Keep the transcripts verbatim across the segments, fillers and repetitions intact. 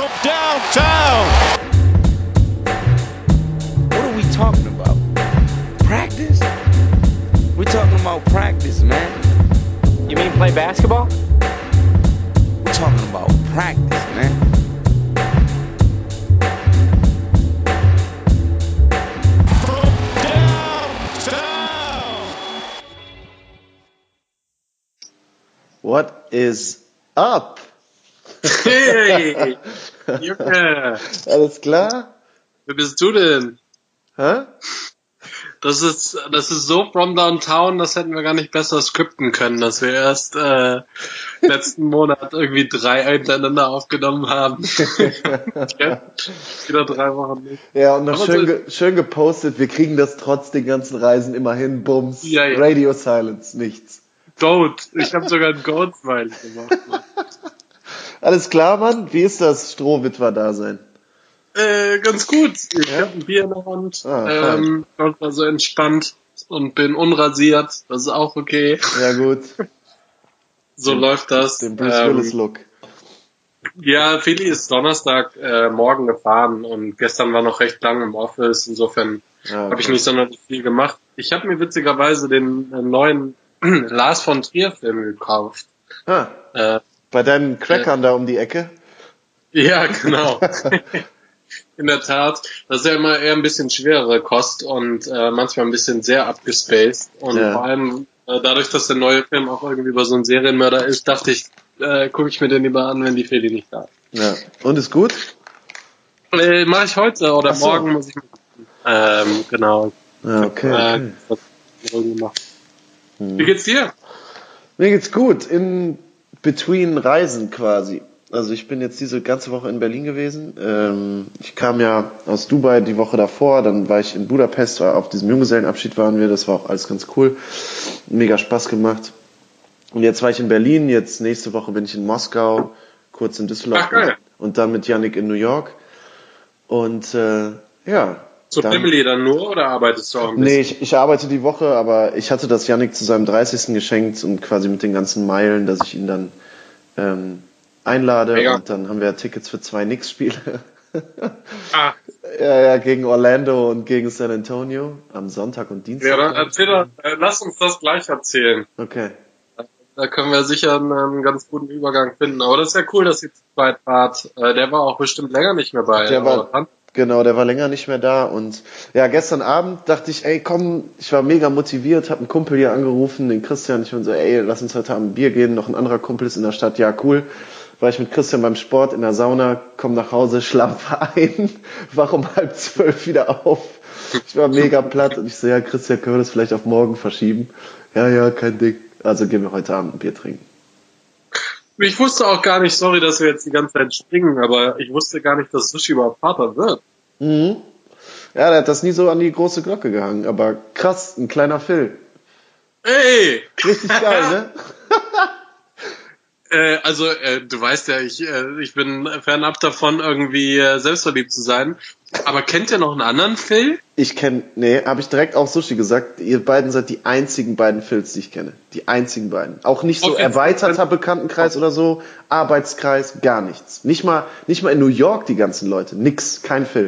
from downtown. What are we talking about? Practice? We're talking about practice, man. You mean play basketball? We're talking about practice, man. From downtown. What is up? Hey, Junge, Alles klar? wer bist du denn? Hä? Das ist, das ist so from downtown, das hätten wir gar nicht besser skripten können, dass wir erst äh, letzten Monat irgendwie drei hintereinander aufgenommen haben. Wieder drei Wochen nicht. Ja, und noch Aber schön, so- ge schön gepostet, wir kriegen das trotz den ganzen Reisen immerhin, Bums, Ja, ja. Radio Silence, nichts. Goat. Ich habe sogar ein Goat-Smile gemacht. Mann. Alles klar, Mann? Wie ist das Strohwitwer-Dasein? Äh, ganz gut. Ich habe ein Bier in der Hand. Ah, ähm, war so entspannt und bin unrasiert. Das ist auch okay. Ja gut, So läuft das. den Bruce Ähm, Willis-Look. Ja, Philly ist Donnerstag äh, morgen gefahren und gestern war noch recht lang im Office. Insofern Ja, habe ich nicht sonderlich viel gemacht. Ich habe mir witzigerweise den äh, neuen Lars von Trier Film gekauft. Ah, Äh, bei deinen Crackern da um die Ecke? ja, genau. In der Tat. Das ist ja immer eher ein bisschen schwerere Kost und äh, manchmal ein bisschen sehr abgespaced. Und Ja. vor allem äh, dadurch, dass der neue Film auch irgendwie über so einen Serienmörder ist, dachte ich, äh, gucke ich mir den lieber an, wenn die Feli nicht da ist. Ja. Und ist gut? Äh, Mache ich heute oder Ach so. morgen muss ich. Ähm, genau. Ja, okay, Äh, okay. was irgendwie gemacht. Wie geht's dir? Mir geht's gut, in between Reisen quasi. Also ich bin jetzt diese ganze Woche in Berlin gewesen. Ähm, ich kam ja aus Dubai die Woche davor, dann war ich in Budapest, war auf diesem Junggesellenabschied waren wir, das war auch alles ganz cool. Mega Spaß gemacht. Und jetzt war ich in Berlin, jetzt nächste Woche bin ich in Moskau, kurz in Düsseldorf Ach, geil. und dann mit Yannick in New York. Und äh, ja. Zur dann- Family dann nur oder arbeitest du auch ein Nee, bisschen? ich, ich arbeite die Woche, aber ich hatte das Yannick zu seinem dreißigsten geschenkt und quasi mit den ganzen Meilen, dass ich ihn dann ähm, einlade Mega. und dann haben wir Tickets für zwei Knicks-Spiele. Ah, ja, ja, gegen Orlando und gegen San Antonio am Sonntag und Dienstag. ja, dann erzähl doch, äh, lass uns das gleich erzählen. Okay. Da können wir sicher einen, einen ganz guten Übergang finden. Aber das ist ja cool, dass ihr zu zweit wart. Äh, der war auch bestimmt länger nicht mehr bei. Der war- Aber- Genau, der war länger nicht mehr da und ja, gestern Abend dachte ich, ey, komm, ich war mega motiviert, hab einen Kumpel hier angerufen, den Christian, ich bin so, ey, lass uns heute Abend ein Bier gehen, noch ein anderer Kumpel ist in der Stadt, ja, cool. War ich mit Christian beim Sport in der Sauna, komm nach Hause, schlafe ein, wach um halb zwölf wieder auf. Ich war mega platt und ich so, ja, Christian, können wir das vielleicht auf morgen verschieben? Ja, ja, kein Ding. Also gehen wir heute Abend ein Bier trinken. Ich wusste auch gar nicht, sorry, dass wir jetzt die ganze Zeit springen, aber ich wusste gar nicht, dass Sushi überhaupt Vater wird. Mhm. Ja, der hat das nie so an die große Glocke gehangen, aber krass, ein kleiner Phil. Ey! Richtig geil, ne? Äh, also, äh, du weißt ja, ich, äh, ich bin fernab davon, irgendwie äh, selbstverliebt zu sein. Aber kennt ihr noch einen anderen Phil? Ich kenne, nee, habe ich direkt auch Sushi gesagt. Ihr beiden seid die einzigen beiden Phils, die ich kenne. Die einzigen beiden. Auch nicht so Okay. erweiterter Bekanntenkreis oder so, Arbeitskreis, gar nichts. Nicht mal, nicht mal in New York die ganzen Leute. Nix, kein Phil.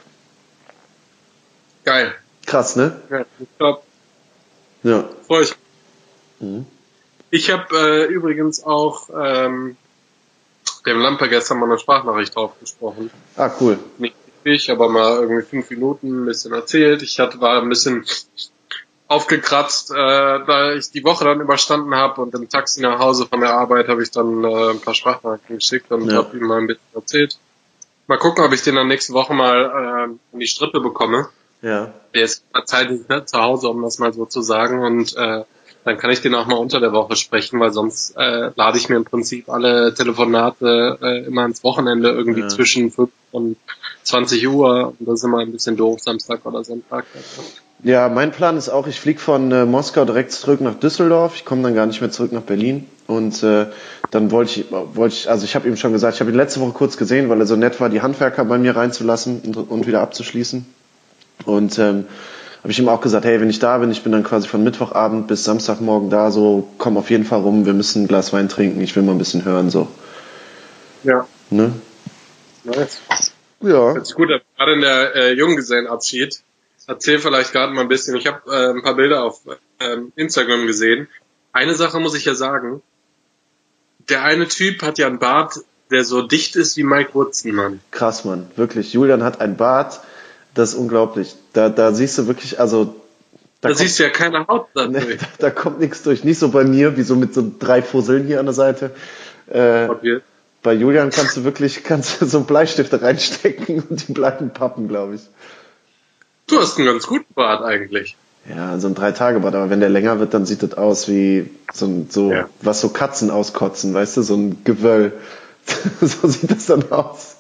Geil. Krass, ne? Ja, ich glaub, Ja. freu ich. Mhm. Ich habe äh, übrigens auch ähm, dem Lampe gestern mal eine Sprachnachricht draufgesprochen. Ah, cool. Nicht ich, aber mal irgendwie fünf Minuten ein bisschen erzählt. Ich hatte, war ein bisschen aufgekratzt, äh, da ich die Woche dann überstanden habe und im Taxi nach Hause von der Arbeit habe ich dann äh, ein paar Sprachnachrichten geschickt und Ja. habe ihm mal ein bisschen erzählt. Mal gucken, ob ich den dann nächste Woche mal äh, in die Strippe bekomme. Ja. Der ist zeitig ne, zu Hause, um das mal so zu sagen. Und äh, dann kann ich den auch mal unter der Woche sprechen, weil sonst äh, lade ich mir im Prinzip alle Telefonate äh, immer ins Wochenende irgendwie Ja. zwischen fünf und zwanzig Uhr. Und das ist immer ein bisschen doof, Samstag oder Sonntag. Ja, mein Plan ist auch, ich fliege von äh, Moskau direkt zurück nach Düsseldorf. Ich komme dann gar nicht mehr zurück nach Berlin. Und äh, dann wollte ich, wollte ich, also ich habe ihm schon gesagt, ich habe ihn letzte Woche kurz gesehen, weil er so nett war, die Handwerker bei mir reinzulassen und, und wieder abzuschließen. Und ähm, habe ich ihm auch gesagt, hey, wenn ich da bin, ich bin dann quasi von Mittwochabend bis Samstagmorgen da, so komm auf jeden Fall rum, wir müssen ein Glas Wein trinken, ich will mal ein bisschen hören, so. Ja. Ne? Nice. Ja. Hört sich gut an. Gerade in der äh, Junggesellenabschied. Erzähl vielleicht gerade mal ein bisschen. Ich habe äh, ein paar Bilder auf ähm, Instagram gesehen. Eine Sache muss ich ja sagen. Der eine Typ hat ja einen Bart, der so dicht ist wie Mike Woodson, Mann. Krass, Mann. Wirklich. Julian hat ein Bart, das ist unglaublich. Da, da siehst du wirklich, also... Da, da siehst du ja keine Haut ne, durch. da, da kommt nichts durch. Nicht so bei mir, wie so mit so drei Fusseln hier an der Seite. Äh, Okay. Bei Julian kannst du wirklich kannst du so Bleistifte reinstecken und die bleiben pappen, glaube ich. Du hast einen ganz guten Bart eigentlich. Ja, so ein Drei-Tage-Bad, aber wenn der länger wird, dann sieht das aus wie so ein, so, Ja. was so Katzen auskotzen, weißt du, so ein Gewöll. So sieht das dann aus.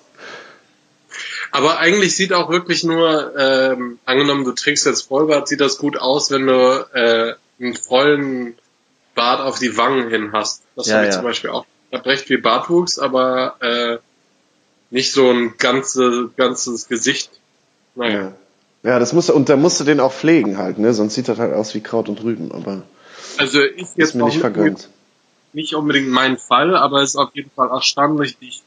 Aber eigentlich sieht auch wirklich nur, ähm, angenommen du trägst jetzt Vollbart, sieht das gut aus, wenn du äh, einen vollen Bart auf die Wangen hin hast. Das Ja, habe ich ja. zum Beispiel auch. Ich habe recht viel Bartwuchs, aber äh, nicht so ein ganze, ganzes Gesicht. Naja. Ja. Ja, das musst du, und da musst du den auch pflegen halt, ne, sonst sieht das halt aus wie Kraut und Rüben, aber Also ist jetzt ist mir auch nicht vergönnt. nicht unbedingt mein Fall, aber ist auf jeden Fall erstaunlich dicht.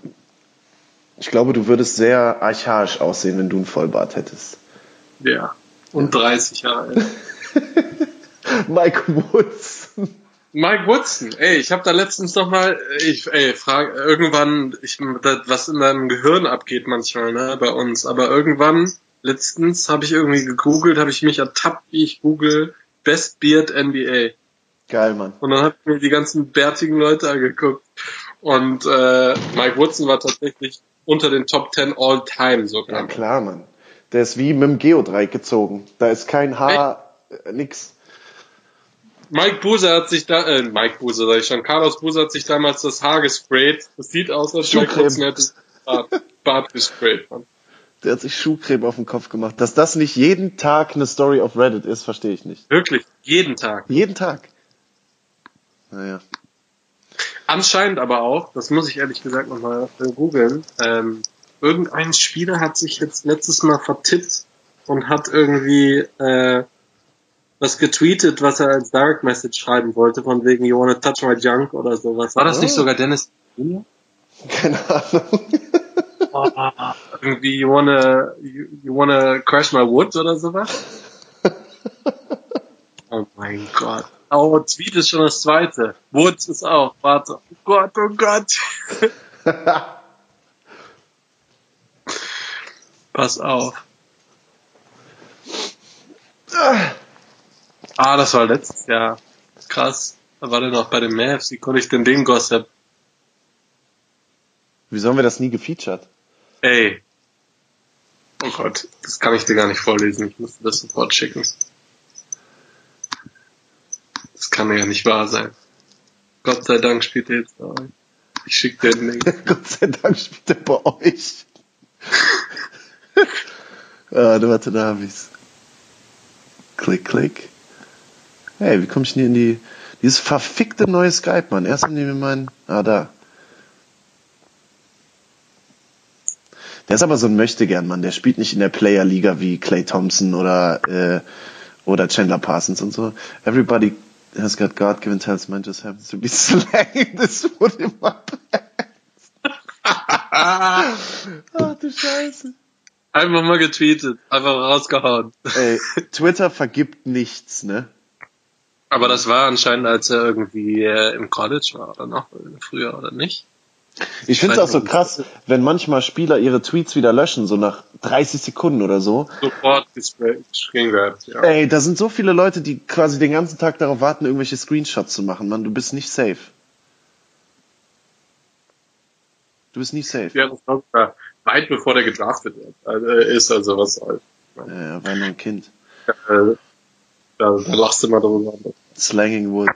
Ich glaube, du würdest sehr archaisch aussehen, wenn du einen Vollbart hättest. Ja. Und dreißig Jahre alt. Mike Woods. Mike Woodson, ey, ich habe da letztens noch mal, ich, ey, frag, irgendwann, ich, das, was in deinem Gehirn abgeht manchmal, ne, bei uns, aber irgendwann, letztens habe ich irgendwie gegoogelt, habe ich mich ertappt, wie ich google, Best Beard N B A. Geil, Mann. Und dann habe ich mir die ganzen bärtigen Leute angeguckt. Und äh, Mike Woodson war tatsächlich unter den Top Ten All Time Ja, sogar. klar, Mann. Der ist wie mit dem Geodreieck gezogen. Da ist kein Haar, äh, nix. Mike Buser hat sich da, äh, Mike Buser, sag ich schon, Carlos Buser hat sich damals das Haar gesprayt. Das sieht aus, als Mike Schuhcreme. Woodson hätte das Bart, Bart gesprayt, Mann. Der hat sich Schuhcreme auf den Kopf gemacht. Dass das nicht jeden Tag eine Story auf Reddit ist, verstehe ich nicht. Wirklich, jeden Tag. Jeden Tag. Naja. Anscheinend aber auch, das muss ich ehrlich gesagt nochmal äh, googeln, ähm, irgendein Spieler hat sich jetzt letztes Mal vertippt und hat irgendwie äh, was getweetet, was er als Direct Message schreiben wollte, von wegen You wanna touch my junk oder sowas. War das nicht Oh. sogar Dennis? Keine Ahnung. Irgendwie You wanna, you, you wanna crash my wood oder sowas? Oh mein Gott. Oh, Tweet ist schon das zweite. Woods ist auch. Warte. Oh Gott, oh Gott. Pass auf. Ah, das war letztes Jahr. Krass. Da war der noch bei den Mavs. Wie konnte ich denn den Gossip? Wieso haben wir das nie gefeatured? Ey. Oh Gott. Das kann ich dir gar nicht vorlesen. Ich musste das sofort schicken. Das kann ja nicht wahr sein. Gott sei Dank spielt er jetzt bei euch. Ich schick dir den Link. Gott sei Dank spielt er bei euch. Ah, warte, da hab ich's. Klick, klick. Hey, wie komm ich denn hier in die... Dieses verfickte neue Skype, Mann. Erst nehmen wir meinen... Ah, da. Der ist aber so ein Möchtegern-Mann. Der spielt nicht in der Player-Liga wie Klay Thompson oder, äh, oder Chandler Parsons und so. Everybody has got God-given talents. Man just happens to be slanging this wood in my pants. Ach du Scheiße. Einfach mal getweetet. Einfach rausgehauen. Ey, Twitter vergibt nichts, ne? Aber das war anscheinend, als er irgendwie äh, im College war oder noch früher oder nicht. Ich finde es auch so krass, wenn manchmal Spieler ihre Tweets wieder löschen, so nach dreißig Sekunden oder so. Sofort geschrien wird, ja. Ey, da sind so viele Leute, die quasi den ganzen Tag darauf warten, irgendwelche Screenshots zu machen. Mann, du bist nicht safe. Du bist nicht safe. Ja, das war sogar weit bevor der gedraftet wird. Also, ist also was soll. Ja, er war nur ein Kind. Äh, da, da lachst du mal drüber. Slanging Wood.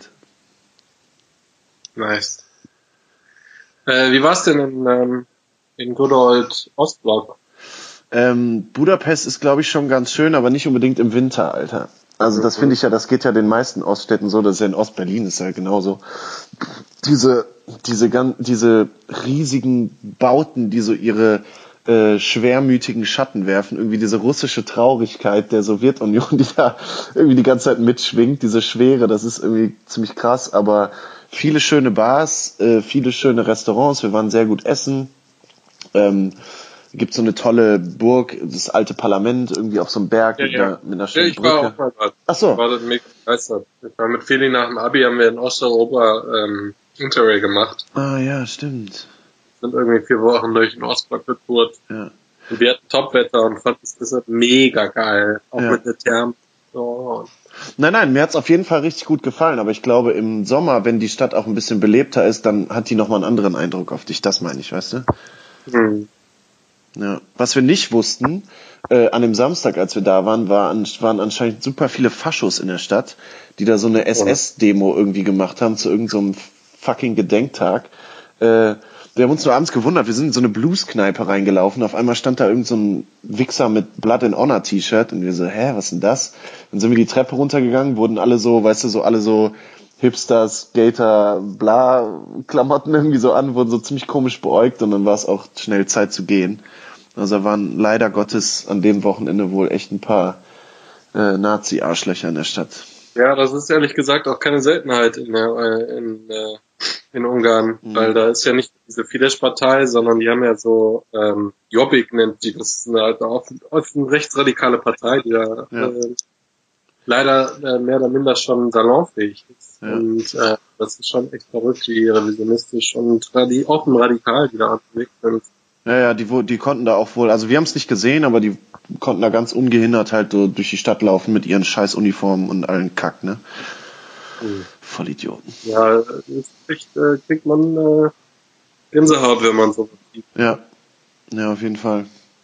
Nice. Äh, wie war's denn in, ähm, in Good Old Ostblock? Ähm, Budapest ist, glaube ich, schon ganz schön, aber nicht unbedingt im Winter, Alter. Also das finde ich ja, das geht ja den meisten Oststädten so, das ist ja in Ostberlin, ist ja genauso. Diese, diese, gan- diese riesigen Bauten, die so ihre äh, schwermütigen Schatten werfen, irgendwie diese russische Traurigkeit der Sowjetunion, die da irgendwie die ganze Zeit mitschwingt, diese Schwere, das ist irgendwie ziemlich krass, aber viele schöne Bars, äh, viele schöne Restaurants, wir waren sehr gut essen. Ähm, gibt so eine tolle Burg, das alte Parlament, irgendwie auf so einem Berg Ja, mit, ja. einer, mit einer Ja, schönen ich war Brücke. auch mal da. Ach so. Ich war da mega begeistert. Ich war mit Feli nach dem Abi, haben wir in Osteuropa ähm, Interrail gemacht. Ah ja, stimmt. Sind irgendwie vier Wochen durch den Ostblock getourt. Ja. Und wir hatten Topwetter und fanden es deshalb mega geil. Auch Ja. mit der Therme. Oh. Nein, nein, mir hat's auf jeden Fall richtig gut gefallen, aber ich glaube, im Sommer, wenn die Stadt auch ein bisschen belebter ist, dann hat die nochmal einen anderen Eindruck auf dich. Das meine ich, weißt du? Hm. Ja. Was wir nicht wussten, äh, an dem Samstag, als wir da waren, war an, waren anscheinend super viele Faschos in der Stadt, die da so eine S S-Demo irgendwie gemacht haben zu irgendeinem so fucking Gedenktag. Äh, wir haben uns nur abends gewundert, wir sind in so eine Blues-Kneipe reingelaufen, auf einmal stand da irgend so ein Wichser mit Blood and Honor T-Shirt und wir so, hä, was denn das? Dann sind wir die Treppe runtergegangen, wurden alle so, weißt du, so alle so Hipsters, Skater, bla, Klamotten irgendwie so an, wurden so ziemlich komisch beäugt und dann war es auch schnell Zeit zu gehen. Also da waren leider Gottes an dem Wochenende wohl echt ein paar äh, Nazi-Arschlöcher in der Stadt. Ja, das ist ehrlich gesagt auch keine Seltenheit in, der, äh, in, äh, in Ungarn, Mhm. weil da ist ja nicht diese Fidesz-Partei, sondern die haben ja so, ähm, Jobbik nennt die, das ist eine, halt auch, auch eine rechtsradikale Partei, die da Ja. äh, leider äh, mehr oder minder schon salonfähig ist. Ja. Und äh, das ist schon echt verrückt, wie revisionistisch und radi offen radikal die da unterwegs sind. Ja, ja, die, wo- die konnten da auch wohl, also wir haben es nicht gesehen, aber die konnten da ganz ungehindert halt so durch die Stadt laufen mit ihren scheiß Uniformen und allen Kack, ne? Mhm. Vollidioten. Ja, das ist echt, äh, kriegt man äh, Gänsehaut, wenn man sowas sieht. Ja, ja, auf jeden Fall.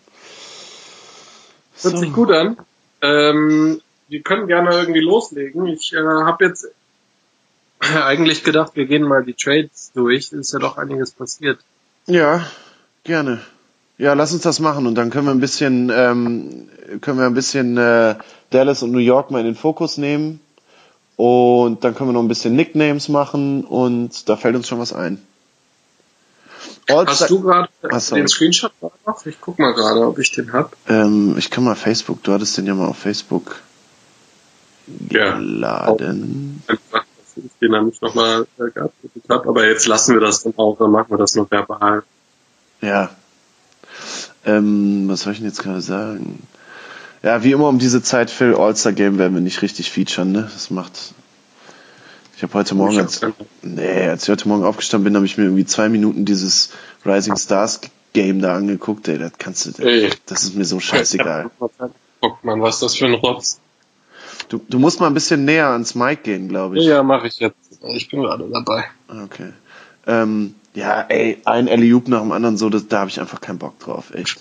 Hört sich gut an. Ähm, wir können gerne irgendwie loslegen. Ich äh, habe jetzt eigentlich gedacht, wir gehen mal die Trades durch. Ist ja doch einiges passiert. Ja, gerne. Ja, lass uns das machen und dann können wir ein bisschen, ähm, können wir ein bisschen äh, Dallas und New York mal in den Fokus nehmen und dann können wir noch ein bisschen Nicknames machen und da fällt uns schon was ein. All-Star- Hast du gerade Ach, sorry. den Screenshot noch? Ich guck mal gerade, ob ich den hab. Ähm, ich kann mal Facebook, du hattest den ja mal auf Facebook Ja. geladen. Einfach, dass ich den dann nicht nochmal äh, geupdatet habe. Aber jetzt lassen wir das dann auch, dann machen wir das noch verbal. Ja. Ähm, was soll ich denn jetzt gerade sagen? Ja, wie immer um diese Zeit, Phil, All-Star-Game werden wir nicht richtig featuren, ne? Das macht... Ich habe heute Morgen, als, nee, als ich heute Morgen aufgestanden bin, habe ich mir irgendwie zwei Minuten dieses Rising Stars Game da angeguckt, ey, das kannst du, Ey. das ist mir so scheißegal. Guck mal, was ist das für ein Rotz. Du, du musst mal ein bisschen näher ans Mic gehen, glaube ich. Ja, mache ich jetzt. Ich bin gerade dabei. Okay. Ähm, ja, ey, ein Alley-Oop nach dem anderen, so, das, da habe ich einfach keinen Bock drauf, echt.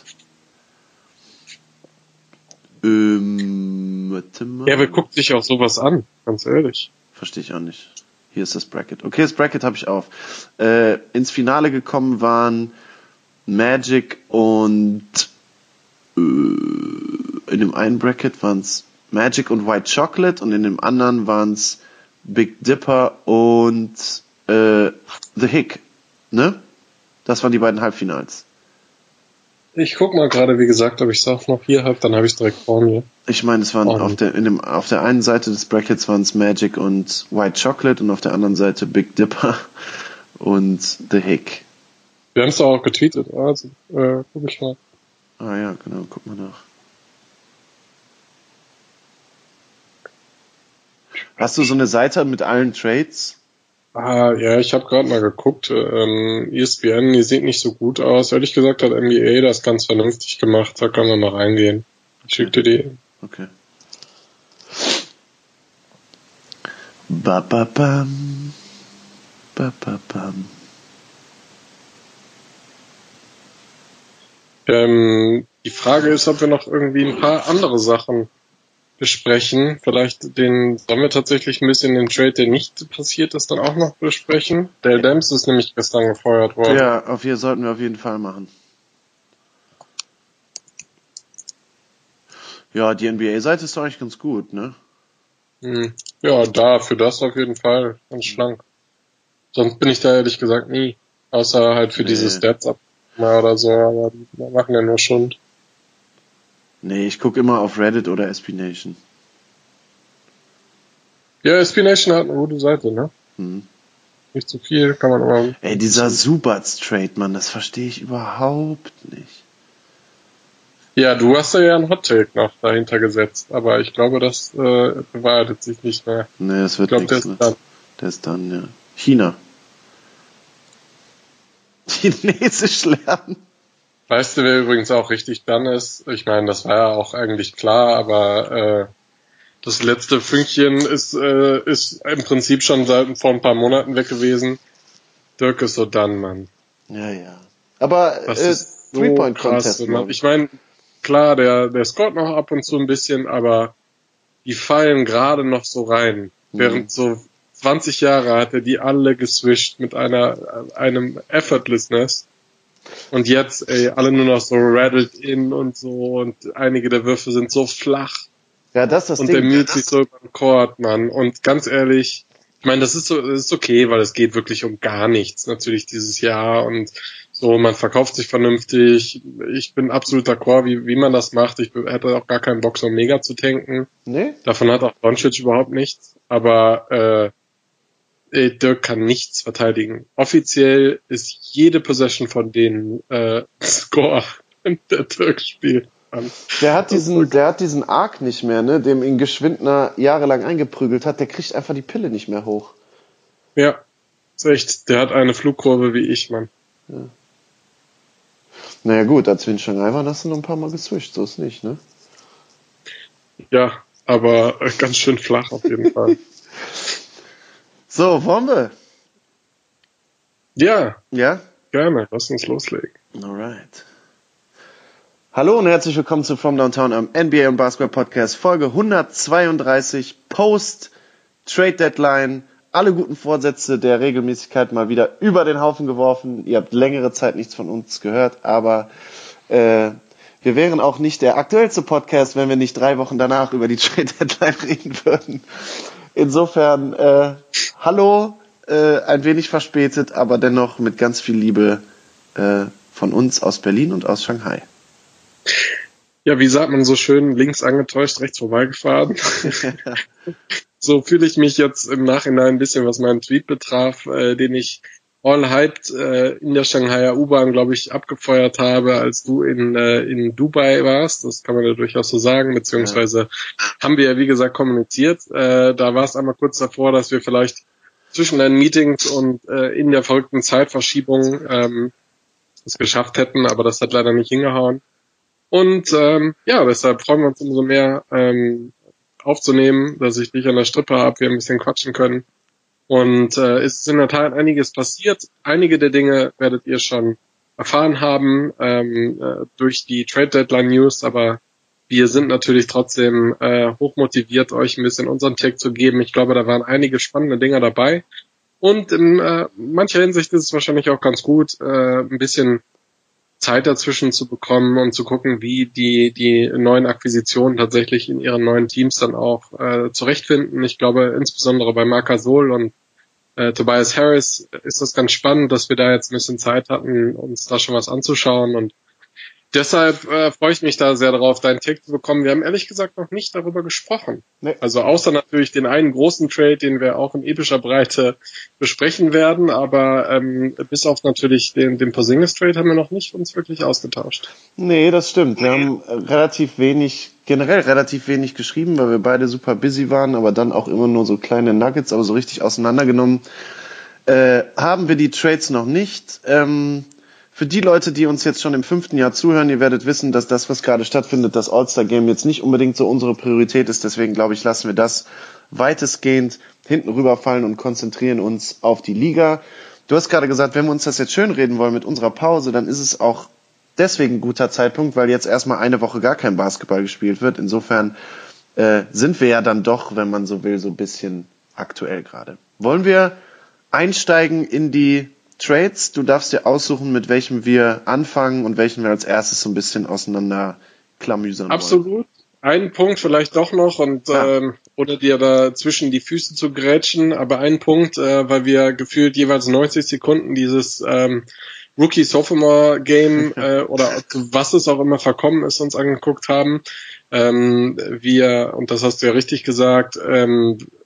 Ähm, warte mal. Ja, wer guckt sich auch sowas an? Ganz ehrlich. Verstehe ich auch nicht. Hier ist das Bracket. Okay, das Bracket habe ich auf. Äh, ins Finale gekommen waren Magic und äh, in dem einen Bracket waren es Magic und White Chocolate und in dem anderen waren es Big Dipper und äh, The Hick. Ne? Das waren die beiden Halbfinals. Ich guck mal gerade, wie gesagt, ob ich es auch noch hier habe, dann habe ich es direkt vor mir. Ich meine, es waren Oh. auf der in dem auf der einen Seite des Brackets waren es Magic und White Chocolate und auf der anderen Seite Big Dipper und The Hick. Wir haben es doch auch getweetet, also äh, guck ich mal. Ah ja, genau, guck mal nach. Hast du so eine Seite mit allen Trades? Ah, ja, ich habe gerade mal geguckt. Ähm, E S P N, die sieht nicht so gut aus. Ehrlich gesagt hat N B A das ganz vernünftig gemacht. Da kann man noch reingehen. Ich schick dir die. Okay. Ba ba bam. Ba ba bam. Ähm, die Frage ist, ob wir noch irgendwie ein paar andere Sachen besprechen. Vielleicht den, sollen wir tatsächlich ein bisschen den Trade, der nicht passiert ist, dann auch noch besprechen. Dale Demps ist nämlich gestern gefeuert worden. Ja, auf hier sollten wir auf jeden Fall machen. Ja, die N B A-Seite ist doch eigentlich ganz gut, ne? Hm. Ja, da, für das auf jeden Fall. Ganz schlank. Sonst bin ich da ehrlich gesagt nie. Außer halt für Nee. diese Stats ab oder so, aber die machen ja nur Schund. Nee, ich gucke immer auf Reddit oder S B Nation. Ja, S B Nation hat eine gute Seite, ne? Hm. nicht zu viel, kann man immer... Ey, dieser Subats-Trade, Mann, das verstehe ich überhaupt nicht. Ja, du hast ja einen Hot-Take noch dahinter gesetzt, aber ich glaube, das äh, bewahrheitet sich nicht mehr. Nee, das wird ich glaube, nichts. der ist Ne? Der ist dann, ja. China. Chinesisch lernen. Weißt du, wer übrigens auch richtig done ist? Ich meine, das war ja auch eigentlich klar, aber äh, das letzte Fünkchen ist äh, ist im Prinzip schon seit vor ein paar Monaten weg gewesen. Dirk ist so done, Mann. Ja, ja. Aber Das äh, ist so Three-Point-Contest. krass. Und ich meine, klar, der der scoret noch ab und zu ein bisschen, aber die fallen gerade noch so rein. Mhm. Während so zwanzig Jahre hat er die alle geswischt mit einer einem Effortlessness. Und jetzt, ey, alle nur noch so rattled in und so und einige der Würfe sind so flach. Ja, das ist das und Ding. Und der müht sich so über den Court, Mann. Und ganz ehrlich, ich meine, das ist so, das ist okay, weil es geht wirklich um gar nichts natürlich dieses Jahr und so, man verkauft sich vernünftig. Ich bin absolut d'accord, wie, wie man das macht. Ich hätte auch gar keinen Bock, so mega zu tanken. Nee? Davon hat auch Doncic überhaupt nichts. Aber, äh, Dirk kann nichts verteidigen. Offiziell ist jede Possession von denen äh, Score, wenn der Dirk spielt. Der hat diesen, der hat diesen Arc nicht mehr, ne, dem ihn Geschwindner jahrelang eingeprügelt hat. Der kriegt einfach die Pille nicht mehr hoch. Ja, ist echt. Der hat eine Flugkurve wie ich, Mann. Ja. Naja gut, als wir in Shanghai waren, hast du noch ein paar Mal geswischt, so ist nicht, ne? Ja, aber äh, ganz schön flach auf jeden Fall. So, wollen wir? Ja. Ja? Gerne, lass uns loslegen. Alright. Hallo und herzlich willkommen zu From Downtown am N B A und Basketball Podcast, Folge hundertzweiunddreißig, Post Trade Deadline. Alle guten Vorsätze der Regelmäßigkeit mal wieder über den Haufen geworfen. Ihr habt längere Zeit nichts von uns gehört, aber äh, wir wären auch nicht der aktuellste Podcast, wenn wir nicht drei Wochen danach über die Trade Deadline reden würden. Insofern, äh, hallo, äh, ein wenig verspätet, aber dennoch mit ganz viel Liebe äh, von uns aus Berlin und aus Shanghai. Ja, wie sagt man so schön, links angetäuscht, rechts vorbeigefahren. So fühle ich mich jetzt im Nachhinein ein bisschen, was meinen Tweet betraf, äh, den ich all hyped äh, in der Shanghaier U-Bahn, glaube ich, abgefeuert habe, als du in äh, in Dubai warst. Das kann man ja durchaus so sagen, beziehungsweise ja. Haben wir ja, wie gesagt, kommuniziert. Äh, da war es einmal kurz davor, dass wir vielleicht zwischen den Meetings und äh, in der verrückten Zeitverschiebung ähm, es geschafft hätten, aber das hat leider nicht hingehauen. Und ähm, ja, deshalb freuen wir uns umso mehr ähm, aufzunehmen, dass ich dich an der Strippe habe, wir ein bisschen quatschen können. Und äh, es ist in der Tat einiges passiert. Einige der Dinge werdet ihr schon erfahren haben ähm, äh, durch die Trade Deadline News, aber wir sind natürlich trotzdem äh, hochmotiviert, euch ein bisschen unseren Take zu geben. Ich glaube, da waren einige spannende Dinge dabei. Und in äh, mancher Hinsicht ist es wahrscheinlich auch ganz gut, äh, ein bisschen Zeit dazwischen zu bekommen und zu gucken, wie die die neuen Akquisitionen tatsächlich in ihren neuen Teams dann auch äh, zurechtfinden. Ich glaube, insbesondere bei Marc Gasol und äh, Tobias Harris ist das ganz spannend, dass wir da jetzt ein bisschen Zeit hatten, uns da schon was anzuschauen. Und deshalb äh, freue ich mich da sehr darauf, deinen Take zu bekommen. Wir haben ehrlich gesagt noch nicht darüber gesprochen. Nee. Also außer natürlich den einen großen Trade, den wir auch in epischer Breite besprechen werden, aber ähm, bis auf natürlich den, den Porzingis-Trade haben wir noch nicht uns wirklich ausgetauscht. Nee, das stimmt. Wir haben relativ wenig, generell relativ wenig geschrieben, weil wir beide super busy waren, aber dann auch immer nur so kleine Nuggets, aber so richtig auseinandergenommen äh, haben wir die Trades noch nicht. Ähm, Für die Leute, die uns jetzt schon im fünften Jahr zuhören, ihr werdet wissen, dass das, was gerade stattfindet, das All-Star-Game jetzt nicht unbedingt so unsere Priorität ist. Deswegen, glaube ich, lassen wir das weitestgehend hinten rüberfallen und konzentrieren uns auf die Liga. Du hast gerade gesagt, wenn wir uns das jetzt schönreden wollen mit unserer Pause, dann ist es auch deswegen ein guter Zeitpunkt, weil jetzt erstmal eine Woche gar kein Basketball gespielt wird. Insofern äh, sind wir ja dann doch, wenn man so will, so ein bisschen aktuell gerade. Wollen wir einsteigen in die Trades? Du darfst dir aussuchen, mit welchem wir anfangen und welchen wir als erstes so ein bisschen auseinander klamüsern wollen. Absolut. Einen Punkt vielleicht doch noch und ja. ähm, ohne dir da zwischen die Füße zu grätschen, aber einen Punkt, äh, weil wir gefühlt jeweils neunzig Sekunden dieses ähm, Rookie-Sophomore-Game äh, oder was es auch immer verkommen ist, uns angeguckt haben. Ähm, wir, und das hast du ja richtig gesagt, ähm,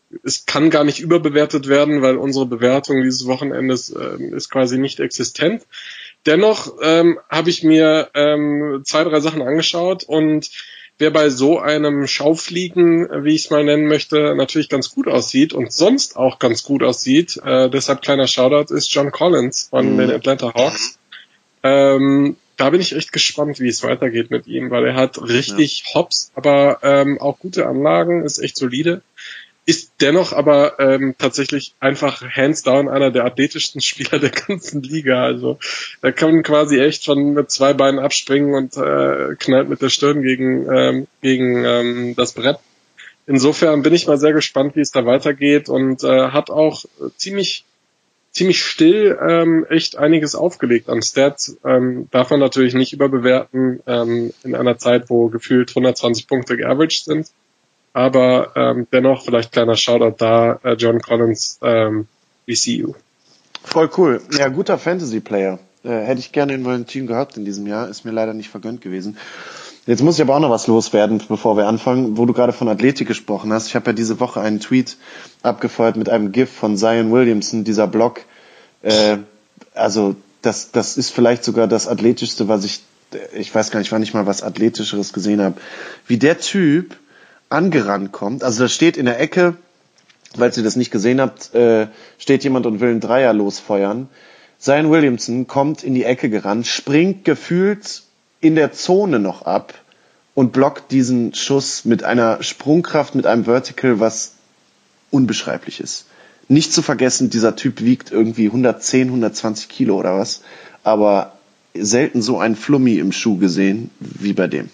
es kann gar nicht überbewertet werden, weil unsere Bewertung dieses Wochenendes äh, ist quasi nicht existent. Dennoch ähm, habe ich mir ähm, zwei, drei Sachen angeschaut und wer bei so einem Schaufliegen, wie ich es mal nennen möchte, natürlich ganz gut aussieht und sonst auch ganz gut aussieht, äh, deshalb kleiner Shoutout, ist John Collins von mhm. den Atlanta Hawks. Ähm, da bin ich echt gespannt, wie es weitergeht mit ihm, weil er hat richtig ja. Hops, aber ähm, auch gute Anlagen, ist echt solide. Ist dennoch aber ähm, tatsächlich einfach hands down einer der athletischsten Spieler der ganzen Liga. Also er kann quasi echt schon mit zwei Beinen abspringen und äh, knallt mit der Stirn gegen ähm, gegen ähm, das Brett. Insofern bin ich mal sehr gespannt, wie es da weitergeht und äh, hat auch ziemlich ziemlich still ähm, echt einiges aufgelegt an Stats. Ähm, darf man natürlich nicht überbewerten ähm, in einer Zeit, wo gefühlt hundertzwanzig Punkte geaveraged sind. Aber ähm, dennoch vielleicht kleiner Shoutout da, äh, John Collins, ähm, we see you. Voll cool. Ja, guter Fantasy-Player. Äh, hätte ich gerne in meinem Team gehabt in diesem Jahr. Ist mir leider nicht vergönnt gewesen. Jetzt muss ich aber auch noch was loswerden, bevor wir anfangen, wo du gerade von Athletik gesprochen hast. Ich habe ja diese Woche einen Tweet abgefeuert mit einem GIF von Zion Williamson, dieser Blog. Äh, also das, das ist vielleicht sogar das Athletischste, was ich, ich weiß gar nicht, wann ich mal was Athletischeres gesehen habe. Wie der Typ angerannt kommt, also da steht in der Ecke, weil ihr das nicht gesehen habt, äh, steht jemand und will einen Dreier losfeuern. Zion Williamson kommt in die Ecke gerannt, springt gefühlt in der Zone noch ab und blockt diesen Schuss mit einer Sprungkraft, mit einem Vertical, was unbeschreiblich ist. Nicht zu vergessen, dieser Typ wiegt irgendwie hundertzehn, hundertzwanzig Kilo oder was, aber selten so ein Flummi im Schuh gesehen wie bei dem.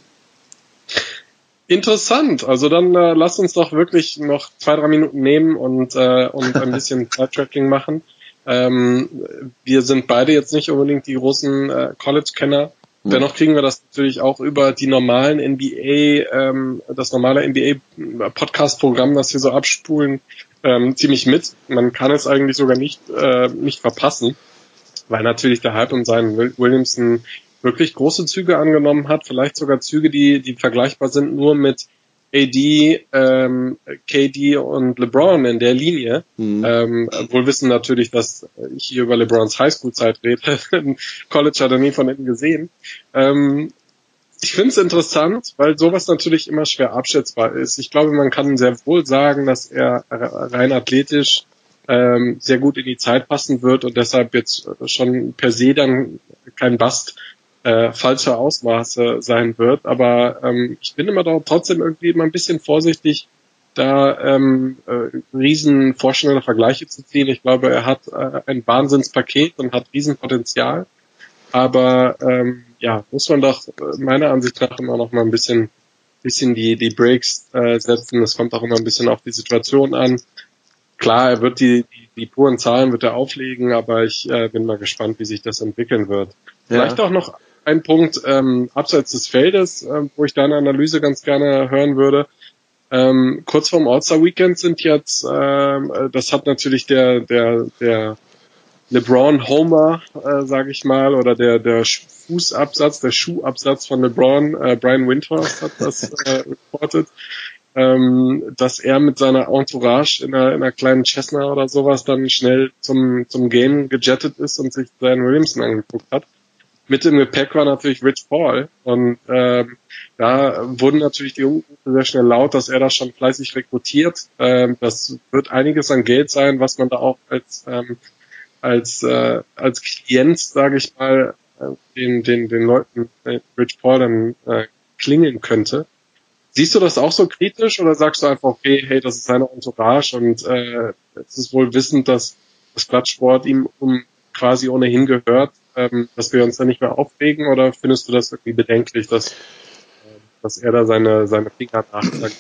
Interessant, also dann äh, lasst uns doch wirklich noch zwei, drei Minuten nehmen und äh, und ein bisschen Side-Tracking machen. Ähm, wir sind beide jetzt nicht unbedingt die großen äh, College-Kenner. Mhm. Dennoch kriegen wir das natürlich auch über die normalen N B A, ähm, das normale N B A-Podcast-Programm, das wir so abspulen, ähm, ziemlich mit. Man kann es eigentlich sogar nicht äh, nicht verpassen, weil natürlich der Hype um seinen Williamson wirklich große Züge angenommen hat, vielleicht sogar Züge, die die vergleichbar sind nur mit A D, ähm, K D und LeBron in der Linie. Mhm. Ähm, wohl wissen natürlich, dass ich hier über LeBrons Highschool-Zeit rede. College hat er nie von innen gesehen. Ähm, ich finde es interessant, weil sowas natürlich immer schwer abschätzbar ist. Ich glaube, man kann sehr wohl sagen, dass er rein athletisch ähm, sehr gut in die Zeit passen wird und deshalb jetzt schon per se dann kein Bust Äh, falscher Ausmaße sein wird, aber ähm, ich bin immer da trotzdem irgendwie immer ein bisschen vorsichtig, da ähm, äh, riesen vorschnelle Vergleiche zu ziehen. Ich glaube, er hat äh, ein Wahnsinnspaket und hat Riesenpotenzial, aber ähm, ja, muss man doch meiner Ansicht nach immer noch mal ein bisschen bisschen die die Breaks äh, setzen. Es kommt auch immer ein bisschen auf die Situation an. Klar, er wird die die, die puren Zahlen wird er auflegen, aber ich äh, bin mal gespannt, wie sich das entwickeln wird. Ja. Vielleicht auch noch ein Punkt ähm, abseits des Feldes, äh, wo ich deine Analyse ganz gerne hören würde. Ähm, kurz vorm All-Star-Weekend sind jetzt, ähm, das hat natürlich der der der LeBron Homer, äh, sage ich mal, oder der der Fußabsatz, der Schuhabsatz von LeBron, äh, Brian Windhorst hat das äh, reportet, ähm, dass er mit seiner Entourage in einer, in einer kleinen Cessna oder sowas dann schnell zum zum Game gejettet ist und sich Zion Williamson angeguckt hat. Mit dem Gepäck war natürlich Rich Paul und ähm, da wurden natürlich die Unrufe sehr schnell laut, dass er das schon fleißig rekrutiert. Ähm, das wird einiges an Geld sein, was man da auch als ähm, als äh, als Klient, sage ich mal, äh, den den den Leuten äh, Rich Paul dann äh, klingeln könnte. Siehst du das auch so kritisch oder sagst du einfach, okay, hey, das ist seine Entourage und äh, es ist wohl wissend, dass das Blattsport ihm um quasi ohnehin gehört, ähm, dass wir uns da nicht mehr aufregen, oder findest du das irgendwie bedenklich, dass, äh, dass er da seine, seine Finger nachsagt?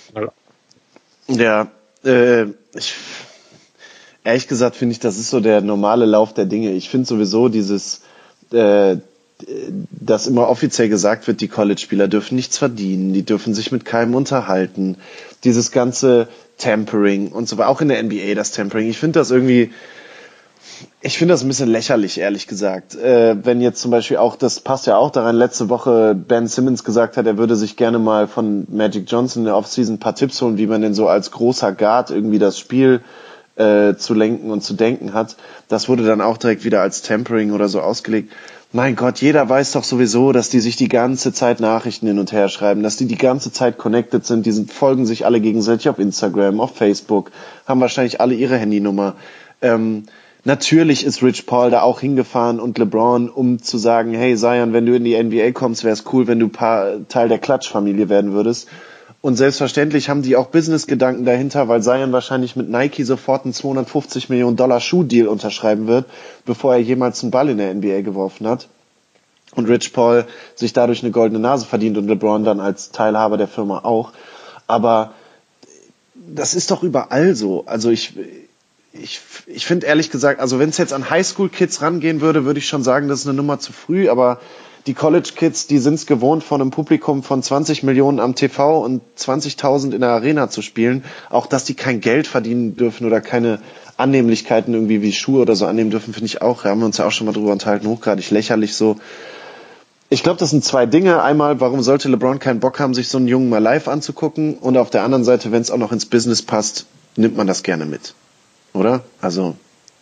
Ja, äh, ich, ehrlich gesagt finde ich, das ist so der normale Lauf der Dinge. Ich finde sowieso dieses, äh, dass immer offiziell gesagt wird, die College-Spieler dürfen nichts verdienen, die dürfen sich mit keinem unterhalten. Dieses ganze Tampering und so weiter, auch in der N B A das Tampering. Ich finde das irgendwie, Ich finde das ein bisschen lächerlich, ehrlich gesagt. Äh, wenn jetzt zum Beispiel auch, das passt ja auch daran, letzte Woche Ben Simmons gesagt hat, er würde sich gerne mal von Magic Johnson in der Offseason ein paar Tipps holen, wie man denn so als großer Guard irgendwie das Spiel äh, zu lenken und zu denken hat. Das wurde dann auch direkt wieder als Tampering oder so ausgelegt. Mein Gott, jeder weiß doch sowieso, dass die sich die ganze Zeit Nachrichten hin und her schreiben, dass die die ganze Zeit connected sind, die sind, folgen sich alle gegenseitig auf Instagram, auf Facebook, haben wahrscheinlich alle ihre Handynummer. Ähm, natürlich ist Rich Paul da auch hingefahren und LeBron, um zu sagen, hey Zion, wenn du in die N B A kommst, wäre es cool, wenn du paar, Teil der Klatsch-Familie werden würdest. Und selbstverständlich haben die auch Business-Gedanken dahinter, weil Zion wahrscheinlich mit Nike sofort einen zweihundertfünfzig Millionen Dollar Schuhdeal unterschreiben wird, bevor er jemals einen Ball in der N B A geworfen hat. Und Rich Paul sich dadurch eine goldene Nase verdient und LeBron dann als Teilhaber der Firma auch. Aber das ist doch überall so. Also ich, ich, ich finde ehrlich gesagt, also wenn es jetzt an Highschool-Kids rangehen würde, würde ich schon sagen, das ist eine Nummer zu früh, aber die College-Kids, die sind es gewohnt, von einem Publikum von zwanzig Millionen am T V und zwanzigtausend in der Arena zu spielen. Auch, dass die kein Geld verdienen dürfen oder keine Annehmlichkeiten irgendwie wie Schuhe oder so annehmen dürfen, finde ich auch, haben wir uns ja auch schon mal drüber unterhalten, hochgradig lächerlich so. Ich glaube, das sind zwei Dinge. Einmal, warum sollte LeBron keinen Bock haben, sich so einen Jungen mal live anzugucken? Und auf der anderen Seite, wenn es auch noch ins Business passt, nimmt man das gerne mit. Oder? Also...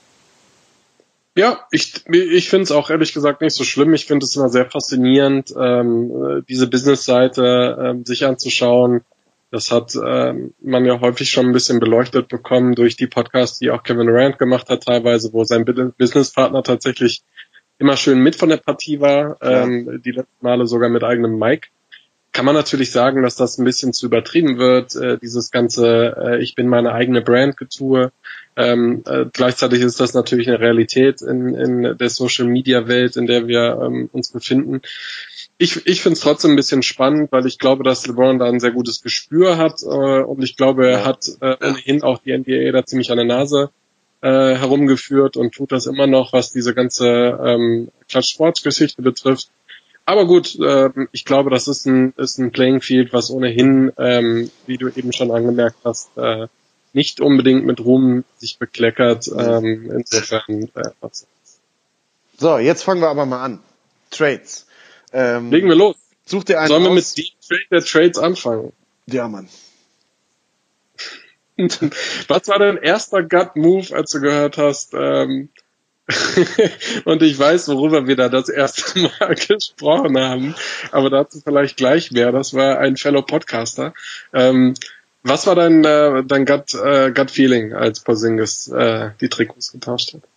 Ja, ich, ich finde es auch ehrlich gesagt nicht so schlimm. Ich finde es immer sehr faszinierend, ähm, diese Business-Seite ähm, sich anzuschauen. Das hat ähm, man ja häufig schon ein bisschen beleuchtet bekommen durch die Podcasts, die auch Kevin Durant gemacht hat teilweise, wo sein Businesspartner tatsächlich immer schön mit von der Partie war, ähm, die letzten Male sogar mit eigenem Mic. Kann man natürlich sagen, dass das ein bisschen zu übertrieben wird, äh, dieses ganze äh, ich bin meine eigene Brand-Getue. Ähm, äh, gleichzeitig ist das natürlich eine Realität in, in der Social-Media-Welt, in der wir ähm, uns befinden. Ich, ich finde es trotzdem ein bisschen spannend, weil ich glaube, dass LeBron da ein sehr gutes Gespür hat äh, und ich glaube, er hat äh, ohnehin auch die N B A da ziemlich an der Nase äh, herumgeführt und tut das immer noch, was diese ganze ähm, Klatsch-Sports-Geschichte betrifft. Aber gut, äh, ich glaube, das ist ein, ist ein Playing Field, was ohnehin, ähm, wie du eben schon angemerkt hast, äh, nicht unbedingt mit Ruhm sich bekleckert. Ähm, insofern. Äh, was. So, jetzt fangen wir aber mal an. Trades. Ähm, Legen wir los. Such dir einen Sollen wir aus. mit dem Trade der Trades anfangen? Ja, Mann. Was war dein erster Gut-Move, als du gehört hast, ähm, und ich weiß, worüber wir da das erste Mal gesprochen haben, aber dazu vielleicht gleich mehr. Das war ein Fellow Podcaster. Ähm, was war dein, äh, dein Gut, äh, Gut Feeling, als Porzingis äh, die Trikots getauscht hat?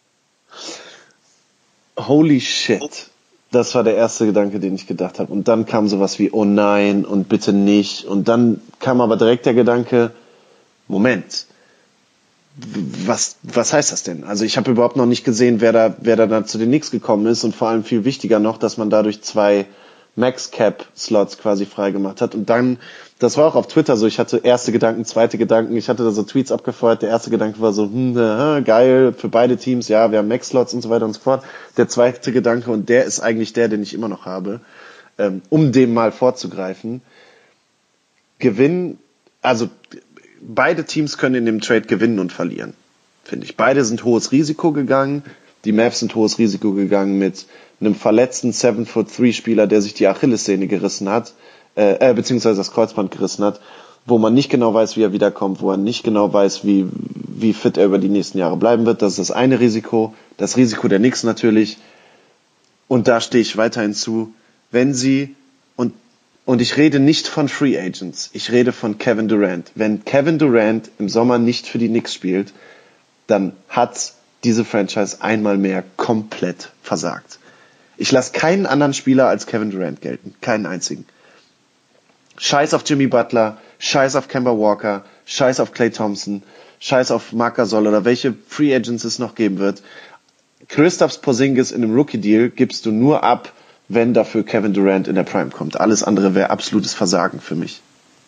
Holy shit. Das war der erste Gedanke, den ich gedacht habe. Und dann kam sowas wie, oh nein und bitte nicht. Und dann kam aber direkt der Gedanke, Moment, was was heißt das denn? Also ich habe überhaupt noch nicht gesehen, wer da wer da dann zu den Knicks gekommen ist und vor allem viel wichtiger noch, dass man dadurch zwei Max-Cap-Slots quasi freigemacht hat. Und dann, das war auch auf Twitter so, ich hatte erste Gedanken, zweite Gedanken, ich hatte da so Tweets abgefeuert. Der erste Gedanke war so, hm, äh, geil, für beide Teams, ja, wir haben Max-Slots und so weiter und so fort. Der zweite Gedanke, und der ist eigentlich der, den ich immer noch habe, ähm, um dem mal vorzugreifen, Gewinn, also beide Teams können in dem Trade gewinnen und verlieren, finde ich. Beide sind hohes Risiko gegangen. Die Mavs sind hohes Risiko gegangen mit einem verletzten seven foot three Spieler, der sich die Achillessehne gerissen hat, äh, äh, beziehungsweise das Kreuzband gerissen hat, wo man nicht genau weiß, wie er wiederkommt, wo er nicht genau weiß, wie, wie fit er über die nächsten Jahre bleiben wird. Das ist das eine Risiko. Das Risiko der Knicks natürlich. Und da stehe ich weiterhin zu, wenn sie, und Und ich rede nicht von Free Agents, ich rede von Kevin Durant. Wenn Kevin Durant im Sommer nicht für die Knicks spielt, dann hat diese Franchise einmal mehr komplett versagt. Ich lasse keinen anderen Spieler als Kevin Durant gelten, keinen einzigen. Scheiß auf Jimmy Butler, scheiß auf Kemba Walker, scheiß auf Klay Thompson, scheiß auf Marc Gasol oder welche Free Agents es noch geben wird. Kristaps Porzingis in einem Rookie-Deal gibst du nur ab, wenn dafür Kevin Durant in der Prime kommt. Alles andere wäre absolutes Versagen für mich.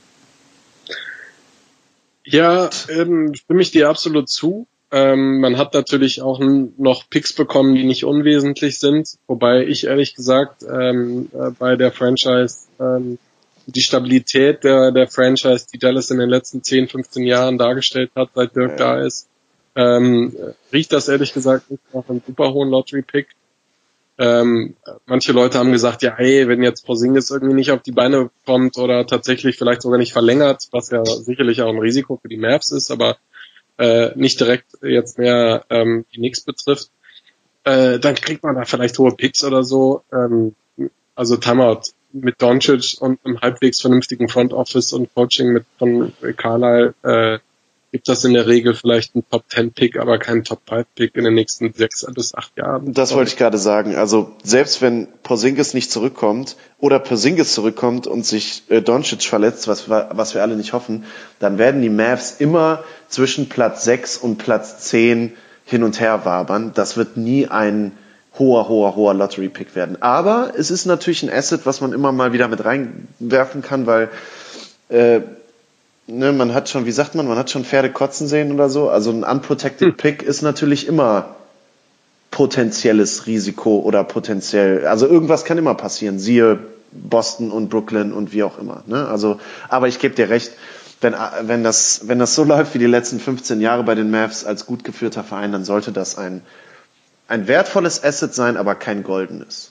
Ja, ähm, stimme ich dir absolut zu. Ähm, man hat natürlich auch noch Picks bekommen, die nicht unwesentlich sind, wobei ich ehrlich gesagt ähm, äh, bei der Franchise ähm, die Stabilität der, der Franchise, die Dallas in den letzten zehn, fünfzehn Jahren dargestellt hat, seit Dirk ja. da ist, ähm, riecht das ehrlich gesagt nicht nach einem super hohen Lottery-Pick. Ähm, manche Leute haben gesagt, ja, ey, wenn jetzt Porzingis irgendwie nicht auf die Beine kommt oder tatsächlich vielleicht sogar nicht verlängert, was ja sicherlich auch ein Risiko für die Mavs ist, aber äh, nicht direkt jetzt mehr ähm, die Knicks betrifft, äh, dann kriegt man da vielleicht hohe Picks oder so. Ähm, also Timeout mit Doncic und einem halbwegs vernünftigen Front Office und Coaching mit von Carlisle äh, gibt das in der Regel vielleicht einen Top Ten Pick, aber keinen Top Five Pick in den nächsten sechs bis acht Jahren. Das wollte ich gerade sagen. Also selbst wenn Porzingis nicht zurückkommt oder Porzingis zurückkommt und sich äh, Doncic verletzt, was wir, was wir alle nicht hoffen, dann werden die Mavs immer zwischen Platz sechs und Platz zehn hin und her wabern. Das wird nie ein hoher, hoher, hoher Lottery-Pick werden. Aber es ist natürlich ein Asset, was man immer mal wieder mit reinwerfen kann, weil äh, ne, man hat schon, wie sagt man, man hat schon Pferde kotzen sehen oder so. Also ein unprotected Pick ist natürlich immer potenzielles Risiko oder potenziell, also irgendwas kann immer passieren. Siehe Boston und Brooklyn und wie auch immer. Ne? Also, aber ich gebe dir recht, wenn, wenn das, wenn das so läuft wie die letzten fünfzehn Jahre bei den Mavs als gut geführter Verein, dann sollte das ein, ein wertvolles Asset sein, aber kein goldenes.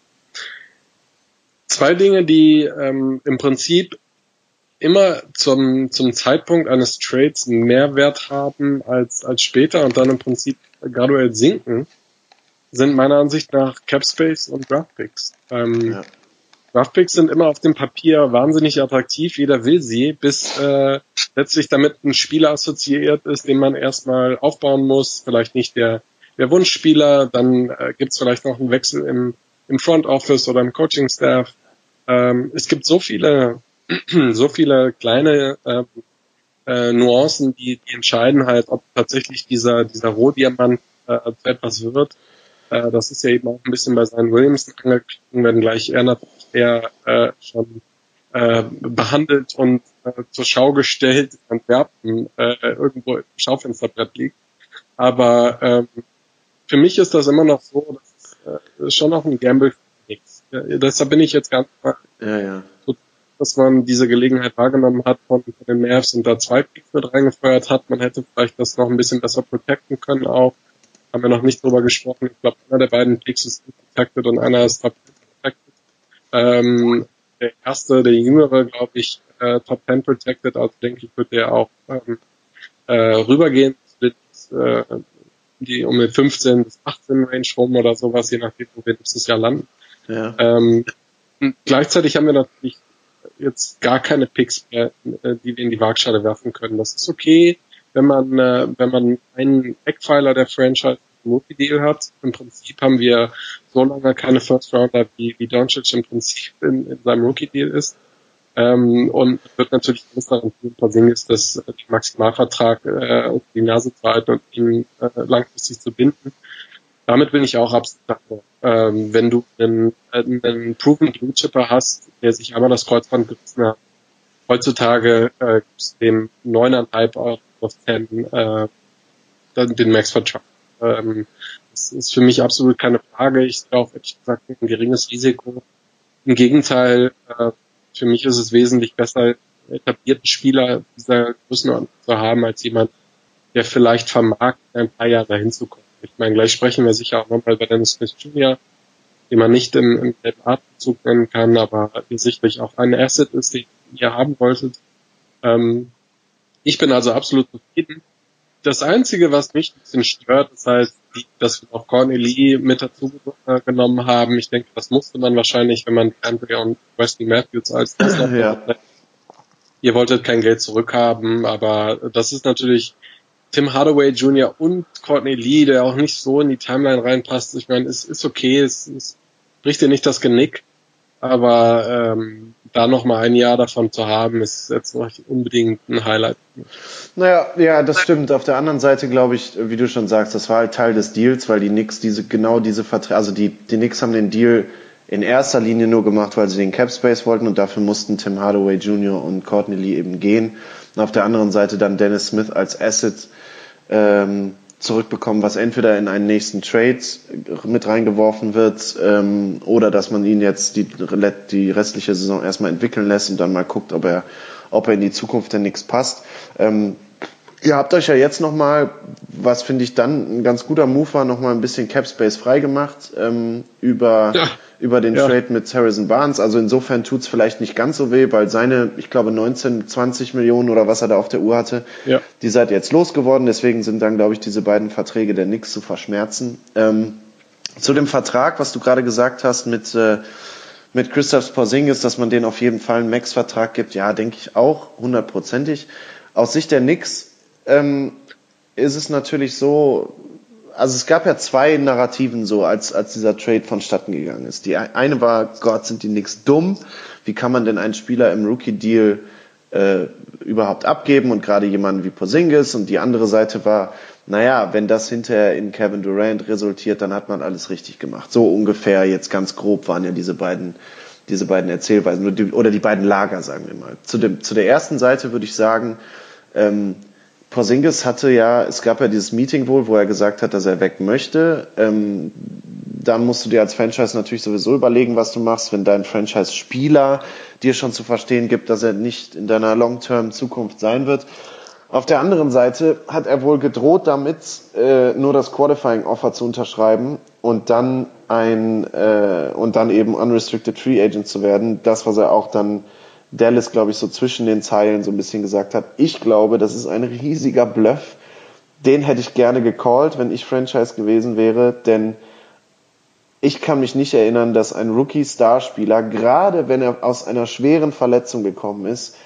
Zwei Dinge, die ähm, im Prinzip immer zum zum Zeitpunkt eines Trades mehr Wert haben als als später und dann im Prinzip graduell sinken, sind meiner Ansicht nach Capspace und Draftpicks. Ähm, Ja. Draftpicks sind immer auf dem Papier wahnsinnig attraktiv, jeder will sie, bis äh, letztlich damit ein Spieler assoziiert ist, den man erstmal aufbauen muss, vielleicht nicht der der Wunschspieler, dann äh, gibt es vielleicht noch einen Wechsel im im Front Office oder im Coaching Staff. Ähm, es gibt so viele so viele kleine äh, äh, Nuancen, die, die entscheiden halt, ob tatsächlich dieser dieser Rohdiamant äh, zu etwas wird. Äh, das ist ja eben auch ein bisschen bei Zion Williamson angeklungen, wenn gleich er natürlich eher äh, schon äh, behandelt und äh, zur Schau gestellt in Antwerpen äh, irgendwo im Schaufensterbrett liegt. Aber ähm, für mich ist das immer noch so, das ist, äh, schon noch ein Gamble für nichts. Ja, deshalb bin ich jetzt ganz Ja, ja. dass man diese Gelegenheit wahrgenommen hat von den Mavs und da zwei Picks mit reingefeuert hat. Man hätte vielleicht das noch ein bisschen besser protecten können auch. Haben wir noch nicht drüber gesprochen. Ich glaube, einer der beiden Picks ist protected und einer ist Top Ten protected. Ähm, der erste, der jüngere, glaube ich, äh, Top Ten protected. Also denke ich, wird der auch ähm, äh, rübergehen. Mit, äh, die um den fünfzehn bis achtzehn Range rum oder sowas, je nachdem, wo wir nächstes Jahr landen. Ja. Ähm, gleichzeitig haben wir natürlich jetzt gar keine Picks mehr, die wir in die Waagschale werfen können. Das ist okay, wenn man äh, wenn man einen Eckpfeiler der Franchise im Rookie-Deal hat. Im Prinzip haben wir so lange keine First-Rounder, wie, wie Doncic im Prinzip in, in seinem Rookie-Deal ist. Ähm, und wird natürlich alles daran tun, Porzingis das äh, den Maximalvertrag äh, auf die Nase zu halten und ihn äh, langfristig zu binden. Damit bin ich auch absolut d'accord. Ähm, wenn du einen, einen proven Blue Chipper hast, der sich einmal das Kreuzband gerissen hat, heutzutage äh, dem neuneinhalb aus zehn äh, den Max-Vertrag. Ähm, das ist für mich absolut keine Frage. Ich sehe auch ehrlich gesagt ein geringes Risiko. Im Gegenteil, äh, für mich ist es wesentlich besser, etablierten Spieler dieser Größenordnung zu haben, als jemand, der vielleicht vermag, ein paar Jahre hinzukommen. Ich meine, gleich sprechen wir sicher auch nochmal über Dennis Smith Junior, den man nicht im, im selben Atemzug nennen kann, aber sicherlich auch ein Asset ist, den ihr haben wolltet. Ähm, ich bin also absolut zufrieden. Das Einzige, was mich ein bisschen stört, ist halt, dass wir auch Courtney Lee mit dazu genommen haben. Ich denke, das musste man wahrscheinlich, wenn man Andrea und Wesley Matthews als das noch Ja. hat. Ihr wolltet kein Geld zurückhaben, aber das ist natürlich Tim Hardaway Junior und Courtney Lee, der auch nicht so in die Timeline reinpasst. Ich meine, es ist okay, es, es bricht dir nicht das Genick, aber ähm, da noch mal ein Jahr davon zu haben, ist jetzt nicht unbedingt ein Highlight. Naja, ja, das stimmt. Auf der anderen Seite glaube ich, wie du schon sagst, das war halt Teil des Deals, weil die Knicks diese, genau diese Verträge, also die, die Knicks haben den Deal in erster Linie nur gemacht, weil sie den Cap Space wollten und dafür mussten Tim Hardaway Junior und Courtney Lee eben gehen. Und auf der anderen Seite dann Dennis Smith als Asset ähm, zurückbekommen, was entweder in einen nächsten Trade mit reingeworfen wird ähm, oder dass man ihn jetzt die, die restliche Saison erstmal entwickeln lässt und dann mal guckt, ob er ob er in die Zukunft der Knicks passt. Ähm, Ihr habt euch ja jetzt nochmal, was finde ich dann ein ganz guter Move war, nochmal ein bisschen Cap Space freigemacht ähm, über, Ja. über den Ja. Trade mit Harrison Barnes. Also insofern tut's vielleicht nicht ganz so weh, weil seine, ich glaube, neunzehn, zwanzig Millionen oder was er da auf der Uhr hatte, Ja. die seid jetzt losgeworden. Deswegen sind dann, glaube ich, diese beiden Verträge der Knicks zu verschmerzen. Ähm, zu dem Vertrag, was du gerade gesagt hast mit, äh, mit Kristaps Porzingis, dass man denen auf jeden Fall einen Max-Vertrag gibt, ja, denke ich auch, hundertprozentig. Aus Sicht der Knicks ähm, ist es natürlich so, also es gab ja zwei Narrativen so, als, als dieser Trade vonstatten gegangen ist. Die eine war, Gott, sind die Knicks dumm? Wie kann man denn einen Spieler im Rookie-Deal äh, überhaupt abgeben und gerade jemanden wie Porzingis? Und die andere Seite war, naja, wenn das hinterher in Kevin Durant resultiert, dann hat man alles richtig gemacht. So ungefähr, jetzt ganz grob waren ja diese beiden, diese beiden Erzählweisen, oder die beiden Lager, sagen wir mal. Zu dem, zu der ersten Seite würde ich sagen, ähm, Porzingis hatte ja, es gab ja dieses Meeting wohl, wo er gesagt hat, dass er weg möchte. Ähm, dann musst du dir als Franchise natürlich sowieso überlegen, was du machst, wenn dein Franchise-Spieler dir schon zu verstehen gibt, dass er nicht in deiner Long-Term-Zukunft sein wird. Auf der anderen Seite hat er wohl gedroht damit, äh, nur das Qualifying-Offer zu unterschreiben und dann ein äh, und dann eben Unrestricted Free Agent zu werden. Das, was er auch dann Dallas, glaube ich, so zwischen den Zeilen so ein bisschen gesagt hat. Ich glaube, das ist ein riesiger Bluff. Den hätte ich gerne gecallt, wenn ich Franchise gewesen wäre, denn ich kann mich nicht erinnern, dass ein Rookie-Starspieler, gerade wenn er aus einer schweren Verletzung gekommen ist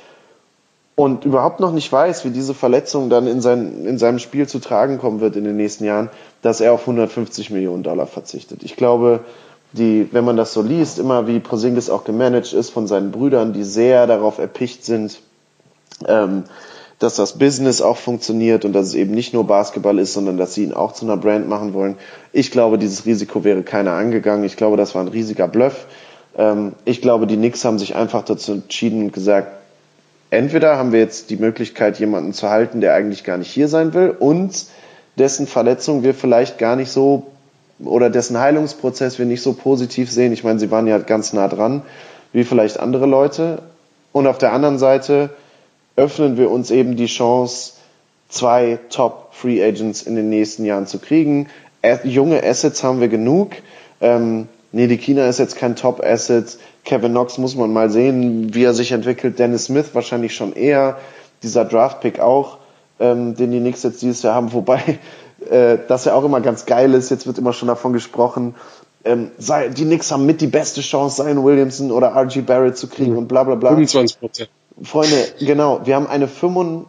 und überhaupt noch nicht weiß, wie diese Verletzung dann in, sein, in seinem Spiel zu tragen kommen wird in den nächsten Jahren, dass er auf hundertfünfzig Millionen Dollar verzichtet. Ich glaube, die, wenn man das so liest, immer wie Porzingis auch gemanagt ist von seinen Brüdern, die sehr darauf erpicht sind, ähm, dass das Business auch funktioniert und dass es eben nicht nur Basketball ist, sondern dass sie ihn auch zu einer Brand machen wollen. Ich glaube, dieses Risiko wäre keiner angegangen. Ich glaube, das war ein riesiger Bluff. Ähm, ich glaube, die Knicks haben sich einfach dazu entschieden und gesagt, entweder haben wir jetzt die Möglichkeit, jemanden zu halten, der eigentlich gar nicht hier sein will und dessen Verletzung wir vielleicht gar nicht so oder dessen Heilungsprozess wir nicht so positiv sehen. Ich meine, sie waren ja ganz nah dran, wie vielleicht andere Leute. Und auf der anderen Seite öffnen wir uns eben die Chance, zwei Top-Free Agents in den nächsten Jahren zu kriegen. Junge Assets haben wir genug. Ähm, Ntilikina ist jetzt kein Top-Asset. Kevin Knox muss man mal sehen, wie er sich entwickelt. Dennis Smith wahrscheinlich schon eher. Dieser Draft-Pick auch, ähm, den die Knicks jetzt dieses Jahr haben. Wobei äh, das ja auch immer ganz geil ist. Jetzt wird immer schon davon gesprochen, ähm, sei, die Knicks haben mit die beste Chance, Zion Williamson oder R J Barrett zu kriegen und bla bla bla. fünfundzwanzig Prozent. Freunde, genau, wir haben eine fünf,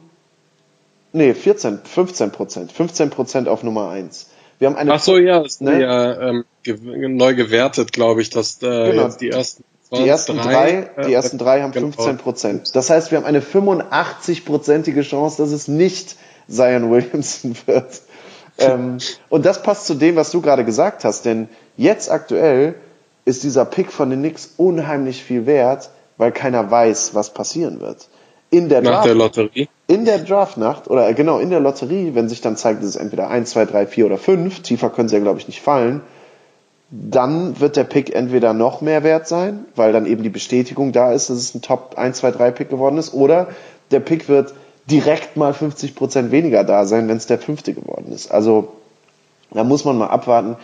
nee, vierzehn, fünfzehn Prozent, fünfzehn Prozent auf Nummer eins. Wir haben eine, Ach so, ja, das ist ne? ja ähm, ge- neu gewertet, glaube ich, dass äh, Genau. jetzt die ersten Die ersten drei, drei, die ersten drei haben genau. fünfzehn Prozent. Das heißt, wir haben eine fünfundachtzig-prozentige Chance, dass es nicht Zion Williamson wird. ähm, und das passt zu dem, was du gerade gesagt hast, denn jetzt aktuell ist dieser Pick von den Knicks unheimlich viel wert, weil keiner weiß, was passieren wird. In der Nach Draft, der Lotterie. in der Draftnacht, oder genau, in der Lotterie, wenn sich dann zeigt, dass es entweder eins, zwei, drei, vier oder fünf, tiefer können sie ja, glaube ich, nicht fallen, dann wird der Pick entweder noch mehr wert sein, weil dann eben die Bestätigung da ist, dass es ein Top eins, zwei, drei Pick geworden ist, oder der Pick wird direkt mal fünfzig Prozent weniger da sein, wenn es der fünfte geworden ist. Also da muss man mal abwarten.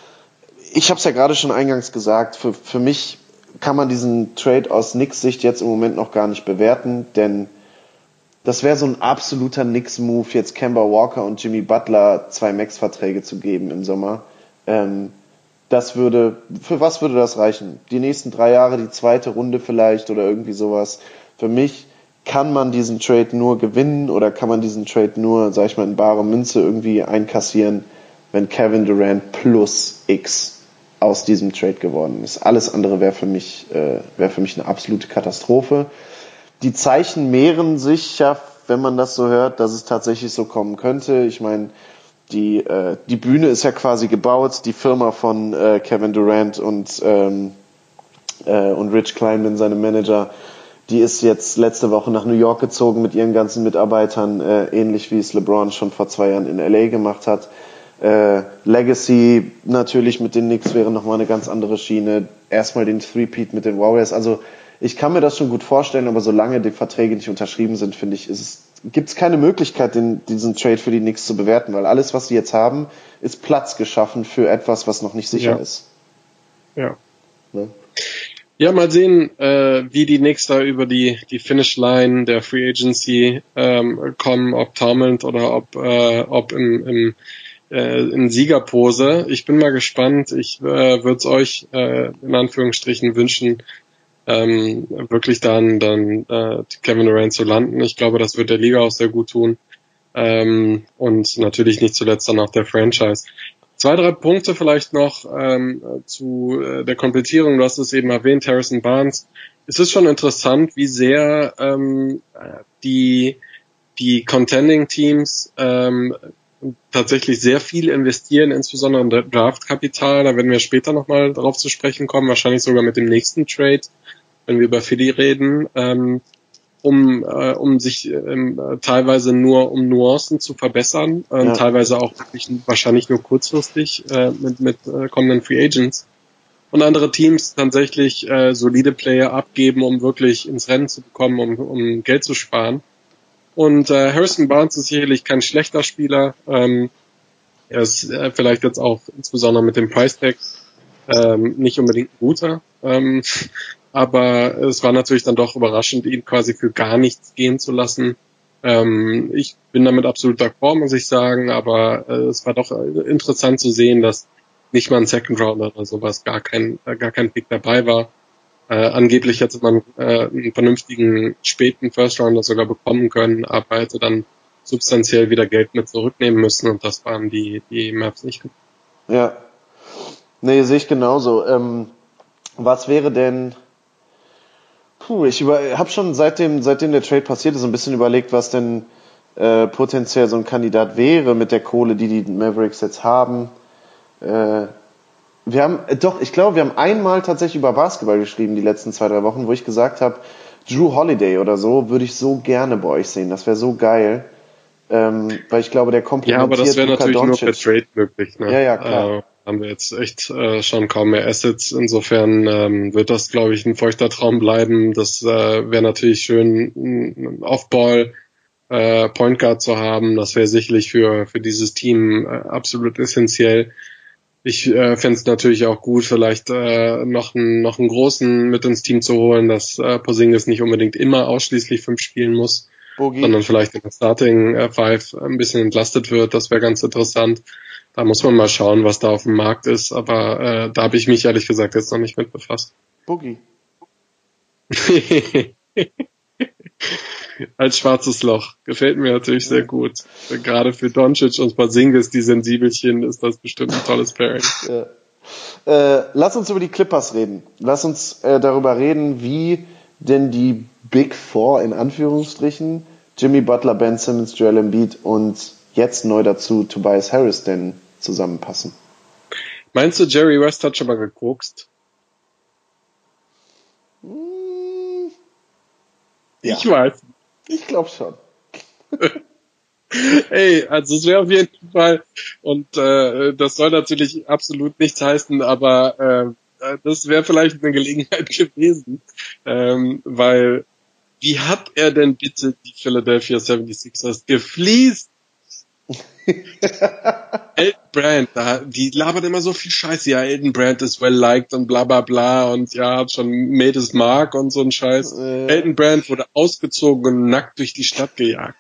Ich habe es ja gerade schon eingangs gesagt, für, für mich kann man diesen Trade aus Knicks Sicht jetzt im Moment noch gar nicht bewerten, denn das wäre so ein absoluter Knicks-Move, jetzt Kemba Walker und Jimmy Butler zwei Max-Verträge zu geben im Sommer. Ähm, das würde, für was würde das reichen? Die nächsten drei Jahre, die zweite Runde vielleicht oder irgendwie sowas. Für mich kann man diesen Trade nur gewinnen oder kann man diesen Trade nur, sag ich mal, in bare Münze irgendwie einkassieren, wenn Kevin Durant plus X aus diesem Trade geworden ist. Alles andere wäre für mich, äh, wäre für mich eine absolute Katastrophe. Die Zeichen mehren sich ja, wenn man das so hört, dass es tatsächlich so kommen könnte. Ich meine, die äh, die Bühne ist ja quasi gebaut. Die Firma von äh, Kevin Durant und ähm, äh, und Rich Kleiman, seinem Manager, die ist jetzt letzte Woche nach New York gezogen mit ihren ganzen Mitarbeitern, äh, ähnlich wie es LeBron schon vor zwei Jahren in L A gemacht hat. Äh, Legacy natürlich mit den Knicks wäre nochmal eine ganz andere Schiene. Erstmal den Three-Peat mit den Warriors. Also ich kann mir das schon gut vorstellen, aber solange die Verträge nicht unterschrieben sind, finde ich, ist es gibt es keine Möglichkeit, den, diesen Trade für die Knicks zu bewerten, weil alles, was sie jetzt haben, ist Platz geschaffen für etwas, was noch nicht sicher ja. ist. Ja. Ne? Ja, mal sehen, äh, wie die Knicks da über die die Finishline der Free Agency ähm, kommen, ob taumelnd oder ob äh, ob im, im äh, in Siegerpose. Ich bin mal gespannt. Ich äh, würde es euch äh, in Anführungsstrichen wünschen, ähm, wirklich dann dann äh, Kevin Durant zu landen. Ich glaube, das wird der Liga auch sehr gut tun. Ähm, und natürlich nicht zuletzt dann auch der Franchise. Zwei, drei Punkte vielleicht noch ähm, zu äh, der Komplettierung. Du hast es eben erwähnt, Harrison Barnes. Es ist schon interessant, wie sehr ähm, die die Contending-Teams ähm, tatsächlich sehr viel investieren, insbesondere in Draftkapital. Da werden wir später nochmal darauf zu sprechen kommen, wahrscheinlich sogar mit dem nächsten Trade, wenn wir über Philly reden. Ähm, um äh, um sich ähm, teilweise nur um Nuancen zu verbessern, äh, Ja. teilweise auch wirklich wahrscheinlich nur kurzfristig äh, mit mit äh, kommenden Free Agents, und andere Teams tatsächlich äh, solide Player abgeben, um wirklich ins Rennen zu bekommen, um um Geld zu sparen. Und äh, Harrison Barnes ist sicherlich kein schlechter Spieler. Ähm, er ist äh, vielleicht jetzt auch insbesondere mit dem Price Tag ähm, nicht unbedingt ein guter. Ähm, Aber es war natürlich dann doch überraschend, ihn quasi für gar nichts gehen zu lassen. Ähm, ich bin damit absolut d'accord, muss ich sagen, aber äh, es war doch äh, interessant zu sehen, dass nicht mal ein Second Rounder oder sowas, gar kein äh, gar kein Pick dabei war. Äh, angeblich hätte man äh, einen vernünftigen späten First Rounder sogar bekommen können, aber hätte dann substanziell wieder Geld mit zurücknehmen müssen, und das waren die die Mavs nicht. Ja. Nee, sehe ich genauso. Ähm, was wäre denn... Puh, ich habe schon seitdem, seitdem der Trade passiert ist, ein bisschen überlegt, was denn äh, potenziell so ein Kandidat wäre mit der Kohle, die die Mavericks jetzt haben. Äh, wir haben, äh, doch, ich glaube, wir haben einmal tatsächlich über Basketball geschrieben, die letzten zwei, drei Wochen, wo ich gesagt habe, Drew Holiday oder so würde ich so gerne bei euch sehen. Das wäre so geil. Ähm, weil ich glaube, der komplementiert Ja, aber das wäre Luka natürlich Doncic. nur per Trade möglich. Ne? Ja, ja, klar. Äh, haben wir jetzt echt äh, schon kaum mehr Assets. Insofern ähm, wird das, glaube ich, ein feuchter Traum bleiben. Das äh, wäre natürlich schön, einen Off-Ball äh, Point Guard zu haben. Das wäre sicherlich für für dieses Team äh, absolut essentiell. Ich äh, fände es natürlich auch gut, vielleicht äh, noch einen noch einen großen mit ins Team zu holen, dass äh, Porzingis nicht unbedingt immer ausschließlich fünf spielen muss, Boogie. sondern vielleicht in der Starting äh, Five ein bisschen entlastet wird. Das wäre ganz interessant. Da muss man mal schauen, was da auf dem Markt ist, aber äh, da habe ich mich ehrlich gesagt jetzt noch nicht mit befasst. Boogie. Als schwarzes Loch. Gefällt mir natürlich sehr gut. Gerade für Doncic und Porzingis, die Sensibelchen, ist das bestimmt ein tolles Pairing. Ja. Äh, lass uns über die Clippers reden. Lass uns äh, darüber reden, wie denn die Big Four in Anführungsstrichen, Jimmy Butler, Ben Simmons, Joel Embiid und jetzt neu dazu Tobias Harris, denn zusammenpassen. Meinst du, Jerry West hat schon mal gekokst? Hm, ja. Ich weiß. Ich glaube schon. Ey, also es wäre auf jeden Fall, und äh, das soll natürlich absolut nichts heißen, aber äh, das wäre vielleicht eine Gelegenheit gewesen, ähm, weil wie hat er denn bitte die Philadelphia seventy-sixers gefleeced? Elton Brand, da, die labert immer so viel Scheiße. Ja, Elton Brand ist well liked und bla bla bla und ja, hat schon made his mark und so ein Scheiß. Äh. Elton Brand wurde ausgezogen und nackt durch die Stadt gejagt.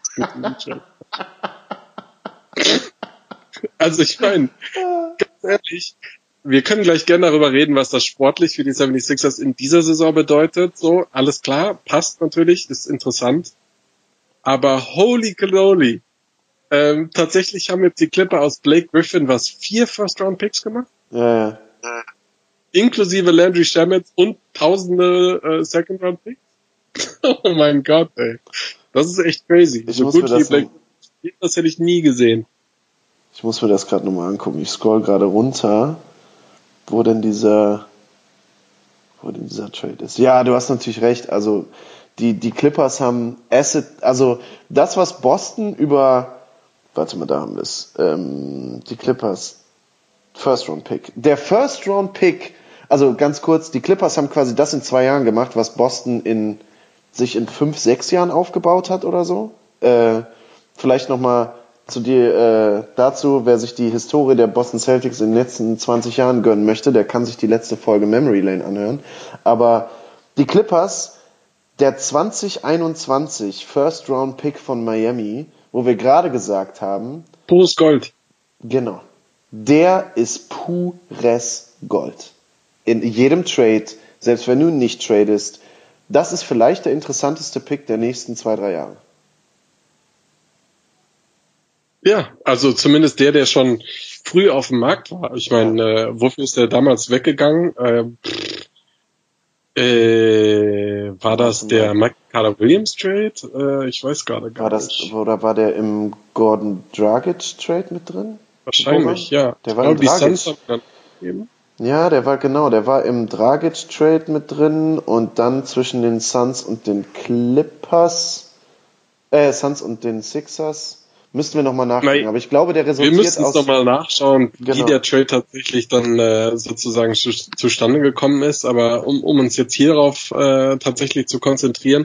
Also ich meine, ganz ehrlich, wir können gleich gerne darüber reden, was das sportlich für die seventy-sixers in dieser Saison bedeutet. So, alles klar, passt natürlich, ist interessant. Aber holy cannoli, ähm, tatsächlich haben jetzt die Clipper aus Blake Griffin was, vier First-Round-Picks gemacht? Ja, ja. Inklusive Landry Shamet und tausende äh, Second-Round-Picks? Oh mein Gott, ey. Das ist echt crazy. Ich so muss gut mir das wie Blake Griffin, das hätte ich nie gesehen. Ich muss mir das gerade nochmal angucken. Ich scroll gerade runter, wo denn dieser, wo denn dieser Trade ist. Ja, du hast natürlich recht. Also die die Clippers haben Asset, also das, was Boston über, warte mal, da haben wir es. Ähm, die Clippers First Round Pick. Der First Round Pick, also ganz kurz, die Clippers haben quasi das in zwei Jahren gemacht, was Boston in sich in fünf, sechs Jahren aufgebaut hat oder so. Äh, vielleicht nochmal zu dir äh, dazu, wer sich die Historie der Boston Celtics in den letzten zwanzig Jahren gönnen möchte, der kann sich die letzte Folge Memory Lane anhören. Aber die Clippers, der zwanzig einundzwanzig First Round Pick von Miami, wo wir gerade gesagt haben, pures Gold. Genau. Der ist pures Gold. In jedem Trade, selbst wenn du ihn nicht tradest, das ist vielleicht der interessanteste Pick der nächsten zwei, drei Jahre. Ja, also zumindest der, der schon früh auf dem Markt war. Ich meine, äh, wofür ist der damals weggegangen? Äh, äh, war das der Mike Carter Williams Trade? Äh, ich weiß gerade gar war das, nicht. Oder war der im Gordon Dragic Trade mit drin? Wahrscheinlich, ja. Der war ich im glaube, die Dragic. Suns haben dann gegeben. Ja, der war genau, der war im Dragic Trade mit drin und dann zwischen den Suns und den Clippers, äh, Suns und den Sixers. Müssten wir nochmal nachgucken, Nein, aber ich glaube, der resultiert wir müssen aus... es nochmal nachschauen, Genau. wie der Trade tatsächlich dann äh, sozusagen zu, zustande gekommen ist. Aber um, um uns jetzt hierauf äh, tatsächlich zu konzentrieren,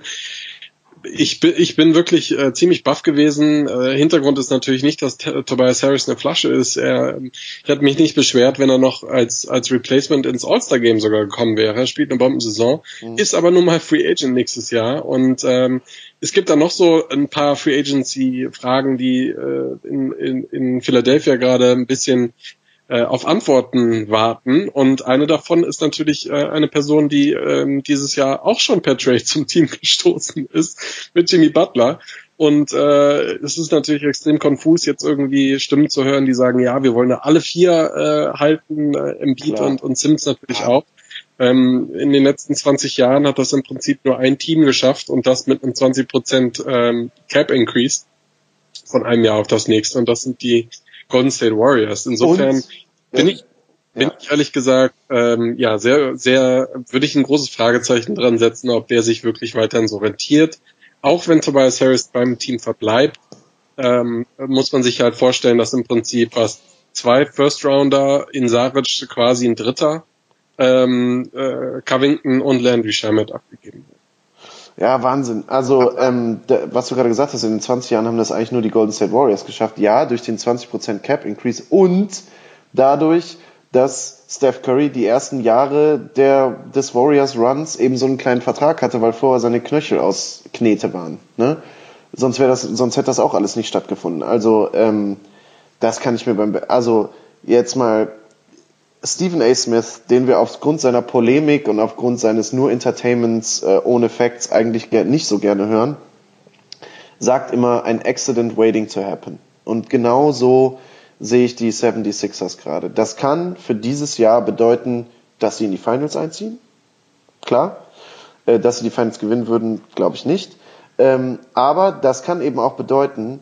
ich bin, ich bin wirklich äh, ziemlich baff gewesen. Äh, Hintergrund ist natürlich nicht, dass T- Tobias Harris eine Flasche ist. Er, ich hätte mich nicht beschwert, wenn er noch als als Replacement ins All-Star-Game sogar gekommen wäre. Er spielt eine Bombensaison, mhm. ist aber nun mal Free Agent nächstes Jahr. Und ähm, es gibt da noch so ein paar Free Agency-Fragen, die äh, in, in, in Philadelphia gerade ein bisschen äh, auf Antworten warten. Und eine davon ist natürlich äh, eine Person, die ähm, dieses Jahr auch schon per Trade zum Team gestoßen ist, mit Jimmy Butler. Und äh, es ist natürlich extrem konfus, jetzt irgendwie Stimmen zu hören, die sagen, ja, wir wollen da alle vier äh, halten, äh, Embiid und, und Sims natürlich ja. auch. Ähm, in den letzten zwanzig Jahren hat das im Prinzip nur ein Team geschafft und das mit einem zwanzig Prozent ähm, Cap Increase von einem Jahr auf das nächste. Und das sind die Golden State Warriors. Insofern und, bin ich bin ja. ich ehrlich gesagt ähm, ja sehr sehr würde ich ein großes Fragezeichen dran setzen, ob der sich wirklich weiterhin so rentiert. Auch wenn Tobias Harris beim Team verbleibt, ähm, muss man sich halt vorstellen, dass im Prinzip fast zwei First Rounder in Saric quasi ein Dritter ähm, äh, Covington und Landry Shamet abgegeben wird. Ja, Wahnsinn. Also, ähm, der, was du gerade gesagt hast, in den zwanzig Jahren haben das eigentlich nur die Golden State Warriors geschafft. Ja, durch den zwanzig Prozent Cap Increase und dadurch, dass Steph Curry die ersten Jahre der, des Warriors Runs eben so einen kleinen Vertrag hatte, weil vorher seine Knöchel aus Knete waren, ne? Sonst wäre das, sonst hätte das auch alles nicht stattgefunden. Also, ähm, das kann ich mir beim, also, jetzt mal, Stephen A. Smith, den wir aufgrund seiner Polemik und aufgrund seines nur Entertainments äh, ohne Facts eigentlich ge- nicht so gerne hören, sagt immer, ein accident waiting to happen. Und genau so sehe ich die seventy-sixers gerade. Das kann für dieses Jahr bedeuten, dass sie in die Finals einziehen. Klar. Äh, dass sie die Finals gewinnen würden, glaube ich nicht. Ähm, aber das kann eben auch bedeuten,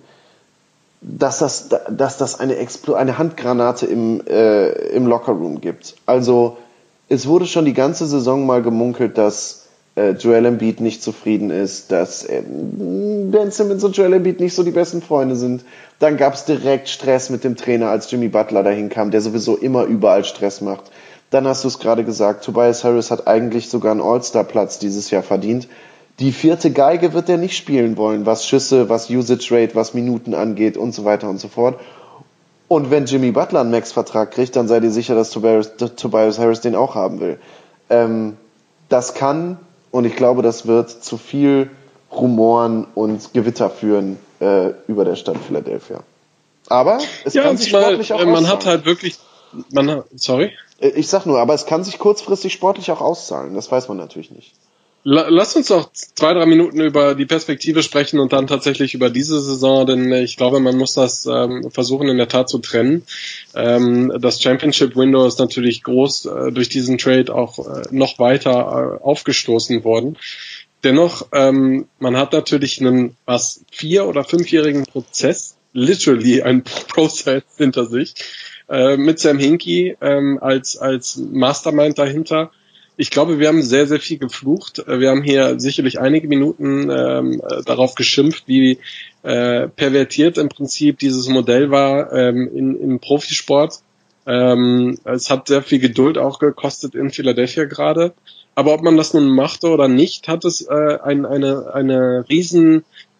dass das, dass das eine, Explo- eine Handgranate im, äh, im Lockerroom gibt. Also es wurde schon die ganze Saison mal gemunkelt, dass äh, Joel Embiid nicht zufrieden ist, dass äh, Ben Simmons und Joel Embiid nicht so die besten Freunde sind. Dann gab es direkt Stress mit dem Trainer, als Jimmy Butler dahin kam, der sowieso immer überall Stress macht. Dann hast du es gerade gesagt, Tobias Harris hat eigentlich sogar einen All-Star-Platz dieses Jahr verdient. Die vierte Geige wird er nicht spielen wollen, was Schüsse, was Usage Rate, was Minuten angeht und so weiter und so fort. Und wenn Jimmy Butler einen Max-Vertrag kriegt, dann seid ihr sicher, dass Tobias, Tobias Harris den auch haben will. Ähm, das kann, und ich glaube, das wird zu viel Rumoren und Gewitter führen äh, über der Stadt Philadelphia. Aber es ja, kann sich sportlich mal, auch man auszahlen. hat halt wirklich, man hat, sorry? Ich sag nur, aber es kann sich kurzfristig sportlich auch auszahlen. Das weiß man natürlich nicht. Lass uns noch zwei, drei Minuten über die Perspektive sprechen und dann tatsächlich über diese Saison, denn ich glaube, man muss das ähm, versuchen in der Tat zu trennen. Ähm, das Championship Window ist natürlich groß äh, durch diesen Trade auch äh, noch weiter äh, aufgestoßen worden. Dennoch, ähm, man hat natürlich einen was vier- oder fünfjährigen Prozess, literally ein Prozess hinter sich, äh, mit Sam Hinkie ähm, als als Mastermind dahinter. Ich glaube, wir haben sehr, sehr viel geflucht. Wir haben hier sicherlich einige Minuten ähm, darauf geschimpft, wie äh, pervertiert im Prinzip dieses Modell war ähm, in, im Profisport. Ähm, es hat sehr viel Geduld auch gekostet in Philadelphia gerade. Aber ob man das nun machte oder nicht, hat es äh, ein, eine, eine riesen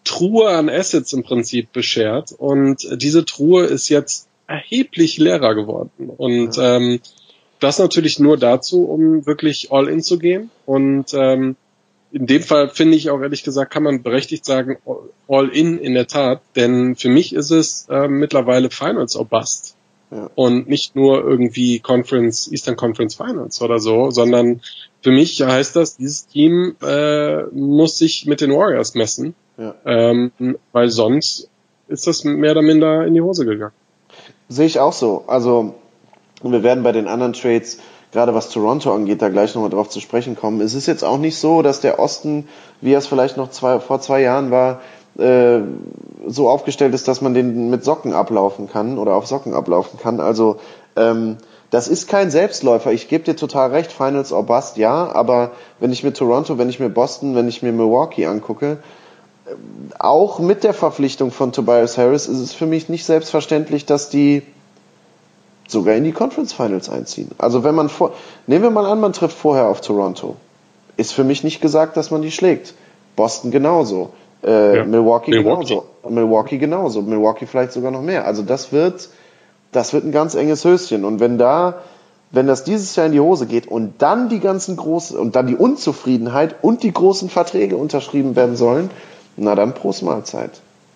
Truhe an Assets im Prinzip beschert und diese Truhe ist jetzt erheblich leerer geworden und ja. ähm, das natürlich nur dazu, um wirklich all in zu gehen und ähm, in dem Fall finde ich auch ehrlich gesagt, kann man berechtigt sagen, all in in der Tat, denn für mich ist es äh, mittlerweile Finals or Bust. Ja. Und nicht nur irgendwie Conference, Eastern Conference Finals oder so, sondern für mich heißt das, dieses Team äh, muss sich mit den Warriors messen, ja. ähm, weil sonst ist das mehr oder minder in die Hose gegangen. Sehe ich auch so. Also wir werden bei den anderen Trades, gerade was Toronto angeht, da gleich nochmal drauf zu sprechen kommen. Es ist jetzt auch nicht so, dass der Osten, wie er es vielleicht noch zwei, vor zwei Jahren war, äh, so aufgestellt ist, dass man den mit Socken ablaufen kann oder auf Socken ablaufen kann. Also ähm, das ist kein Selbstläufer. Ich gebe dir total recht, Finals or Bust, ja, aber wenn ich mir Toronto, wenn ich mir Boston, wenn ich mir Milwaukee angucke, äh, auch mit der Verpflichtung von Tobias Harris ist es für mich nicht selbstverständlich, dass die sogar in die Conference Finals einziehen. Also wenn man vor, nehmen wir mal an, man trifft vorher auf Toronto, ist für mich nicht gesagt, dass man die schlägt. Boston genauso. Äh, ja. Milwaukee, Milwaukee genauso. Milwaukee genauso. Milwaukee vielleicht sogar noch mehr. Also das wird, das wird ein ganz enges Höschen. Und wenn da, wenn das dieses Jahr in die Hose geht und dann die ganzen großen, und dann die Unzufriedenheit und die großen Verträge unterschrieben werden sollen, na dann Prost Mahlzeit.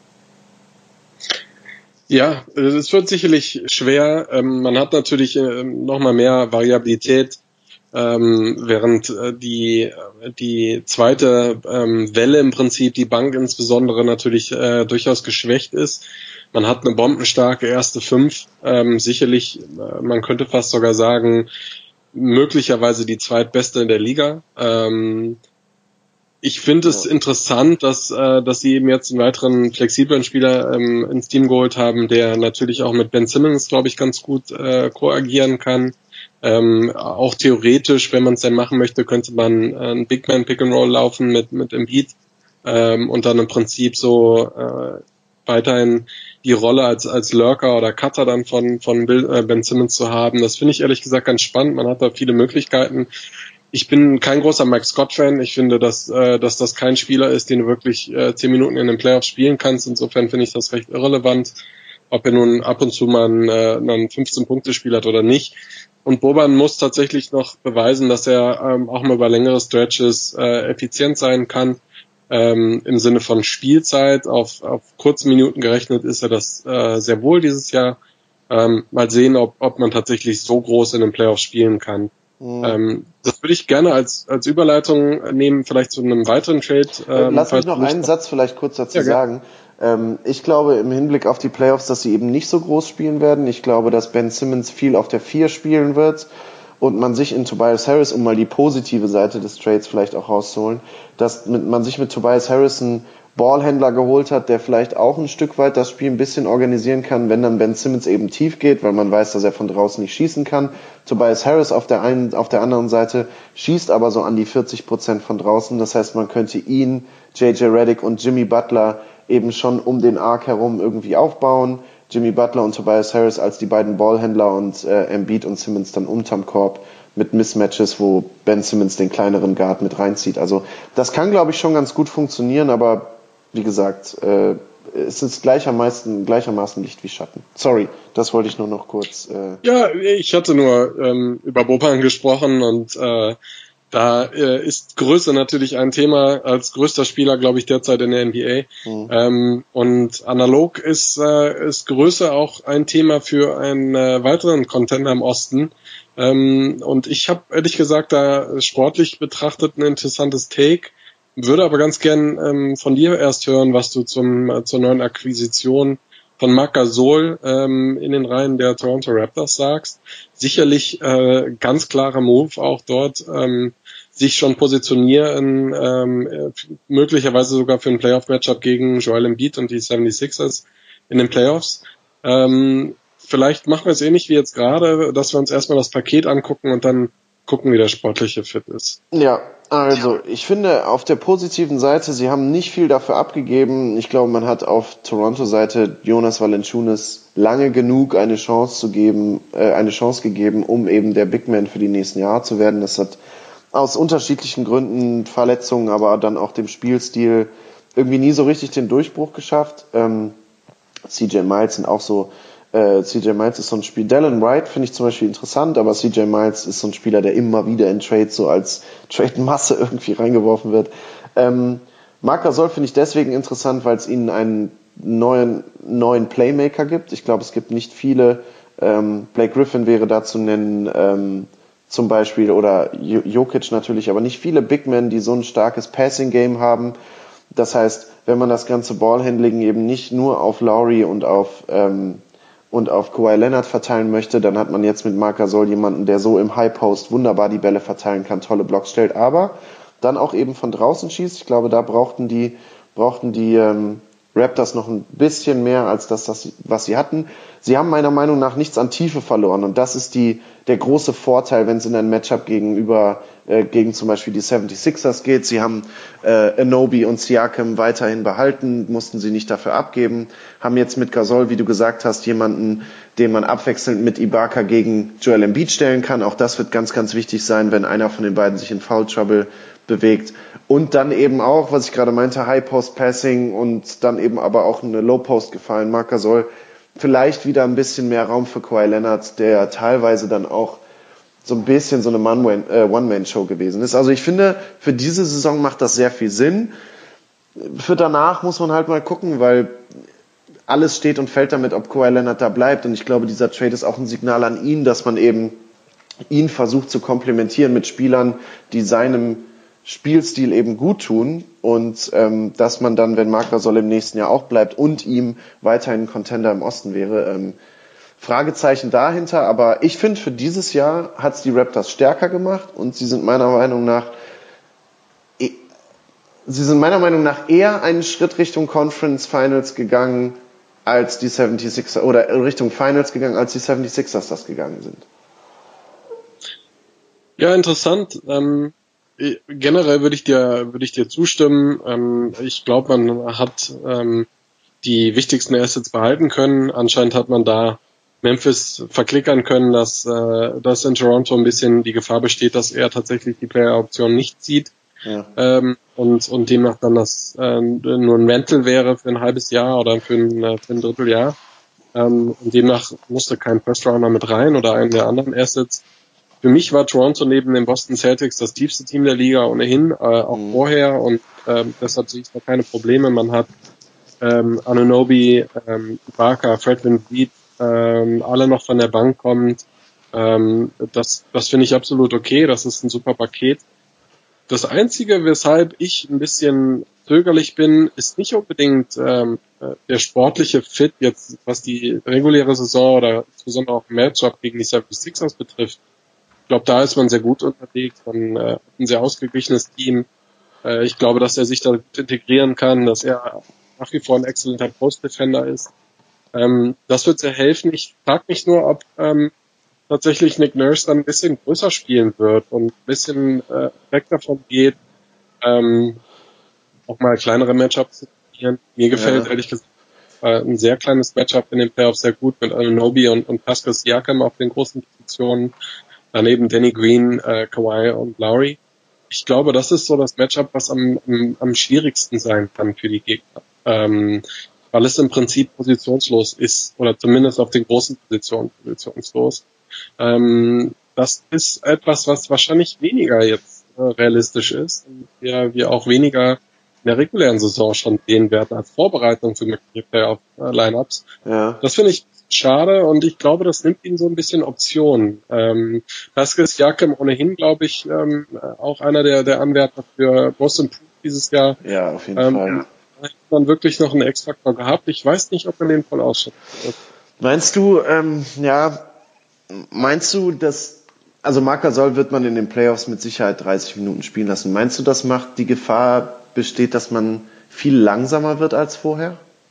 Ja, es wird sicherlich schwer. Ähm, man hat natürlich äh, noch mal mehr Variabilität, ähm, während äh, die die zweite ähm, Welle im Prinzip, die Bank insbesondere natürlich äh, durchaus geschwächt ist. Man hat eine bombenstarke erste Fünf, ähm, sicherlich, äh, man könnte fast sogar sagen, möglicherweise die zweitbeste in der Liga. Ähm, Ich finde es ja. interessant, dass äh, dass sie eben jetzt einen weiteren flexiblen Spieler ähm, ins Team geholt haben, der natürlich auch mit Ben Simmons, glaube ich, ganz gut äh, koagieren kann. Ähm, auch theoretisch, wenn man es denn machen möchte, könnte man äh, ein Big Man Pick and Roll laufen mit mit Embiid ähm, und dann im Prinzip so äh, weiterhin die Rolle als als Lurker oder Cutter dann von von Bill, äh, Ben Simmons zu haben. Das finde ich ehrlich gesagt ganz spannend. Man hat da viele Möglichkeiten. Ich bin kein großer Mike Scott-Fan. Ich finde, dass äh, dass das kein Spieler ist, den du wirklich äh, zehn Minuten in den Playoffs spielen kannst. Insofern finde ich das recht irrelevant, ob er nun ab und zu mal einen, äh, einen fünfzehn-Punkte-Spiel hat oder nicht. Und Boban muss tatsächlich noch beweisen, dass er ähm, auch mal über längere Stretches äh, effizient sein kann. Ähm, im Sinne von Spielzeit. Auf, auf kurze Minuten gerechnet ist er das äh, sehr wohl dieses Jahr. Ähm, mal sehen, ob, ob man tatsächlich so groß in den Playoffs spielen kann. Mhm. Ähm, das würde ich gerne als als Überleitung nehmen, vielleicht zu einem weiteren Trade. Ähm, Lass mich noch einen Satz vielleicht kurz dazu ja, sagen. Ähm, ich glaube im Hinblick auf die Playoffs, dass sie eben nicht so groß spielen werden. Ich glaube, dass Ben Simmons viel auf der vier spielen wird und man sich in Tobias Harris, um mal die positive Seite des Trades vielleicht auch rauszuholen, dass mit, man sich mit Tobias Harris einen Ballhändler geholt hat, der vielleicht auch ein Stück weit das Spiel ein bisschen organisieren kann, wenn dann Ben Simmons eben tief geht, weil man weiß, dass er von draußen nicht schießen kann. Tobias Harris auf der einen, auf der anderen Seite schießt aber so an die vierzig Prozent von draußen. Das heißt, man könnte ihn, J J Redick und Jimmy Butler eben schon um den Arc herum irgendwie aufbauen. Jimmy Butler und Tobias Harris als die beiden Ballhändler und äh, Embiid und Simmons dann unterm Korb mit Mismatches, wo Ben Simmons den kleineren Guard mit reinzieht. Also das kann, glaube ich, schon ganz gut funktionieren, aber wie gesagt, äh, es ist gleichermaßen, gleichermaßen Licht wie Schatten. Sorry, das wollte ich nur noch kurz... Äh ja, ich hatte nur ähm, über Boban gesprochen und äh, da äh, ist Größe natürlich ein Thema als größter Spieler, glaube ich, derzeit in der N B A. Mhm. Ähm, und analog ist, äh, ist Größe auch ein Thema für einen äh, weiteren Contender im Osten. Ähm, und ich habe ehrlich gesagt da sportlich betrachtet ein interessantes Take. Würde aber ganz gern ähm, von dir erst hören, was du zum äh, zur neuen Akquisition von Marc Gasol ähm, in den Reihen der Toronto Raptors sagst. Sicherlich äh, ganz klarer Move auch dort, ähm, sich schon positionieren, ähm, äh, möglicherweise sogar für ein Playoff-Matchup gegen Joel Embiid und die seventy-sixers in den Playoffs. Ähm, vielleicht machen wir es ähnlich wie jetzt gerade, dass wir uns erstmal das Paket angucken und dann gucken, wie der sportliche Fit ist. Ja, also ich finde auf der positiven Seite, sie haben nicht viel dafür abgegeben. Ich glaube, man hat auf Toronto-Seite Jonas Valanciunas lange genug eine Chance zu geben, äh, eine Chance gegeben, um eben der Big Man für die nächsten Jahre zu werden. Das hat aus unterschiedlichen Gründen, Verletzungen, aber dann auch dem Spielstil irgendwie nie so richtig den Durchbruch geschafft. Ähm, C J Miles sind auch so, äh, C J Miles ist so ein Spiel. Dylan Wright finde ich zum Beispiel interessant, aber C J Miles ist so ein Spieler, der immer wieder in Trades so als Trade-Masse irgendwie reingeworfen wird. Ähm, Marc Gasol finde ich deswegen interessant, weil es ihnen einen neuen, neuen Playmaker gibt. Ich glaube, es gibt nicht viele. Ähm, Blake Griffin wäre da zu nennen, ähm, zum Beispiel, oder Jokic natürlich, aber nicht viele Big Men, die so ein starkes Passing-Game haben. Das heißt, wenn man das ganze Ballhandling eben nicht nur auf Lowry und auf ähm, und auf Kawhi Leonard verteilen möchte, dann hat man jetzt mit Marc Gasol jemanden, der so im High Post wunderbar die Bälle verteilen kann, tolle Blocks stellt, aber dann auch eben von draußen schießt. Ich glaube, da brauchten die brauchten die ähm, Raptors noch ein bisschen mehr als das, das, was sie hatten. Sie haben meiner Meinung nach nichts an Tiefe verloren und das ist die der große Vorteil, wenn es in ein Matchup gegenüber äh, gegen zum Beispiel die seventy-sixers geht. Sie haben äh, Anunoby und Siakam weiterhin behalten, mussten sie nicht dafür abgeben, haben jetzt mit Gasol, wie du gesagt hast, jemanden, den man abwechselnd mit Ibaka gegen Joel Embiid stellen kann. Auch das wird ganz, ganz wichtig sein, wenn einer von den beiden sich in Foul Trouble bewegt. Und dann eben auch, was ich gerade meinte, High Post Passing und dann eben aber auch eine Low Post gefallen. Marc Gasol vielleicht wieder ein bisschen mehr Raum für Kawhi Leonard, der teilweise dann auch so ein bisschen so eine One-Man-Show gewesen ist. Also ich finde, für diese Saison macht das sehr viel Sinn. Für danach muss man halt mal gucken, weil alles steht und fällt damit, ob Kawhi Leonard da bleibt. Und ich glaube, dieser Trade ist auch ein Signal an ihn, dass man eben ihn versucht zu komplementieren mit Spielern, die seinem Spielstil eben gut tun und ähm, dass man dann, wenn Marc Gasol im nächsten Jahr auch bleibt und ihm weiterhin ein Contender im Osten wäre, ähm, Fragezeichen dahinter. Aber ich finde, für dieses Jahr hat es die Raptors stärker gemacht und sie sind meiner Meinung nach sie sind meiner Meinung nach eher einen Schritt Richtung Conference Finals gegangen als die seventy-sixers oder Richtung Finals gegangen, als die seventy-sixers das gegangen sind. Ja, interessant. Ähm Generell würde ich dir würde ich dir zustimmen. Ähm, ich glaube, man hat ähm, die wichtigsten Assets behalten können. Anscheinend hat man da Memphis verklickern können, dass äh, dass in Toronto ein bisschen die Gefahr besteht, dass er tatsächlich die Player-Option nicht zieht ja. ähm, und und demnach dann das äh, nur ein Rental wäre für ein halbes Jahr oder für ein, für ein Dritteljahr. Ähm, und demnach musste kein First Rounder mit rein oder einen der anderen Assets. Für mich war Toronto neben den Boston Celtics das tiefste Team der Liga ohnehin, äh, auch mhm. vorher und ähm, deshalb sehe ich da keine Probleme. Man hat ähm, Anunoby, ähm, Ibaka, Fred VanVleet, ähm, alle noch von der Bank kommt. Ähm, das das finde ich absolut okay, das ist ein super Paket. Das Einzige, weshalb ich ein bisschen zögerlich bin, ist nicht unbedingt ähm, der sportliche Fit jetzt, was die reguläre Saison oder insbesondere auch Matchup gegen die seventy-sixers betrifft. Ich glaube, da ist man sehr gut unterwegs, man äh, hat ein sehr ausgeglichenes Team. Äh, ich glaube, dass er sich da gut integrieren kann, dass er nach wie vor ein exzellenter Post-Defender ist. Ähm, das wird sehr helfen. Ich frage mich nur, ob ähm, tatsächlich Nick Nurse dann ein bisschen größer spielen wird und ein bisschen äh, weg davon geht, ähm, auch mal kleinere Matchups zu spielen. Mir gefällt ja. ehrlich gesagt äh, ein sehr kleines Matchup in den Playoffs sehr gut mit Anunoby und, und Pascal Siakam auf den großen Positionen. Daneben Danny Green, äh, Kawhi und Lowry. Ich glaube, das ist so das Matchup, was am, am, am schwierigsten sein kann für die Gegner. Ähm, weil es im Prinzip positionslos ist, oder zumindest auf den großen Positionen positionslos. Ähm, das ist etwas, was wahrscheinlich weniger jetzt äh, realistisch ist und wir, wir auch weniger in der regulären Saison schon sehen werden als Vorbereitung für mögliche Playoff-Lineups. Ja. Das finde ich schade und ich glaube, das nimmt ihnen so ein bisschen Optionen. Ähm, Pascal Siakam ohnehin, glaube ich, ähm, auch einer der, der Anwärter für Most Improved dieses Jahr. Ja, auf jeden ähm, Fall. Da hat man wirklich noch einen X-Faktor gehabt. Ich weiß nicht, ob man den voll ausschöpft. Meinst du, ähm, ja, meinst du, dass, also Marc Gasol wird man in den Playoffs mit Sicherheit dreißig Minuten spielen lassen. Meinst du, das macht die Gefahr besteht, dass man viel langsamer wird als vorher?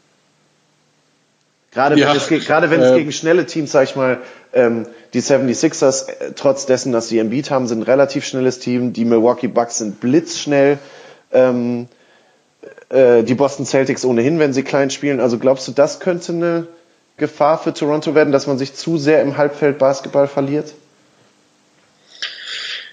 Gerade ja, wenn, es, gerade wenn äh, es gegen schnelle Teams, sag ich mal, ähm, die seventy-sixers, äh, trotz dessen, dass sie Embiid haben, sind ein relativ schnelles Team. Die Milwaukee Bucks sind blitzschnell. Ähm, äh, die Boston Celtics ohnehin, wenn sie klein spielen. Also glaubst du, das könnte eine Gefahr für Toronto werden, dass man sich zu sehr im Halbfeld Basketball verliert?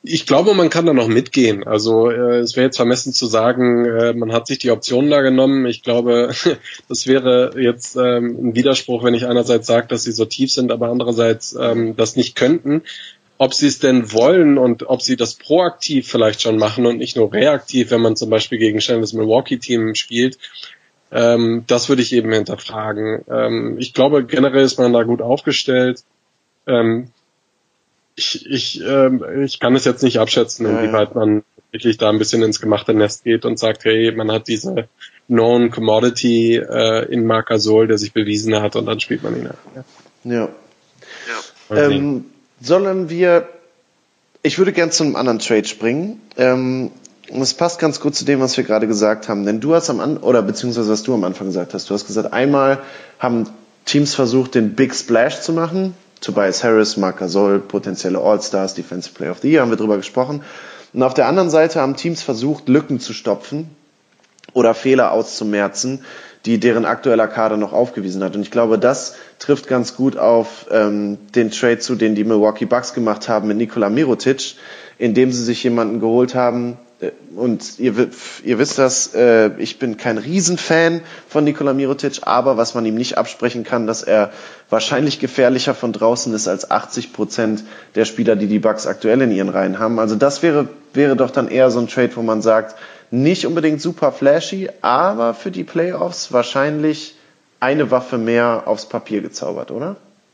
Ich glaube, man kann da noch mitgehen. Also äh, es wäre jetzt vermessen zu sagen, äh, man hat sich die Optionen da genommen. Ich glaube, das wäre jetzt ähm, ein Widerspruch, wenn ich einerseits sage, dass sie so tief sind, aber andererseits ähm, das nicht könnten. Ob sie es denn wollen und ob sie das proaktiv vielleicht schon machen und nicht nur reaktiv, wenn man zum Beispiel gegen das Milwaukee-Team spielt, ähm, das würde ich eben hinterfragen. Ähm, ich glaube, generell ist man da gut aufgestellt. Ähm, Ich, ich, ähm, ich kann es jetzt nicht abschätzen, ja, inwieweit ja. man wirklich da ein bisschen ins gemachte Nest geht und sagt, hey, man hat diese Known Commodity äh, in Marc Gasol, der sich bewiesen hat, und dann spielt man ihn ab. Ja. Ja. Ähm, sollen wir, ich würde gern zu einem anderen Trade springen. Ähm, und es passt ganz gut zu dem, was wir gerade gesagt haben, denn du hast am An oder beziehungsweise was du am Anfang gesagt hast. Du hast gesagt, einmal haben Teams versucht, den Big Splash zu machen. Tobias Harris, Marc Gasol, potenzielle All-Stars, Defensive Player of the Year, haben wir drüber gesprochen. Und auf der anderen Seite haben Teams versucht, Lücken zu stopfen oder Fehler auszumerzen, die deren aktueller Kader noch aufgewiesen hat. Und ich glaube, das trifft ganz gut auf ähm, den Trade zu, den die Milwaukee Bucks gemacht haben mit Nikola Mirotic, indem sie sich jemanden geholt haben. Und ihr, ihr wisst das, äh, ich bin kein Riesenfan von Nikola Mirotic, aber was man ihm nicht absprechen kann, dass er wahrscheinlich gefährlicher von draußen ist als achtzig Prozent der Spieler, die die Bucks aktuell in ihren Reihen haben. Also das wäre, wäre doch dann eher so ein Trade, wo man sagt, nicht unbedingt super flashy, aber für die Playoffs wahrscheinlich eine Waffe mehr aufs Papier gezaubert, oder?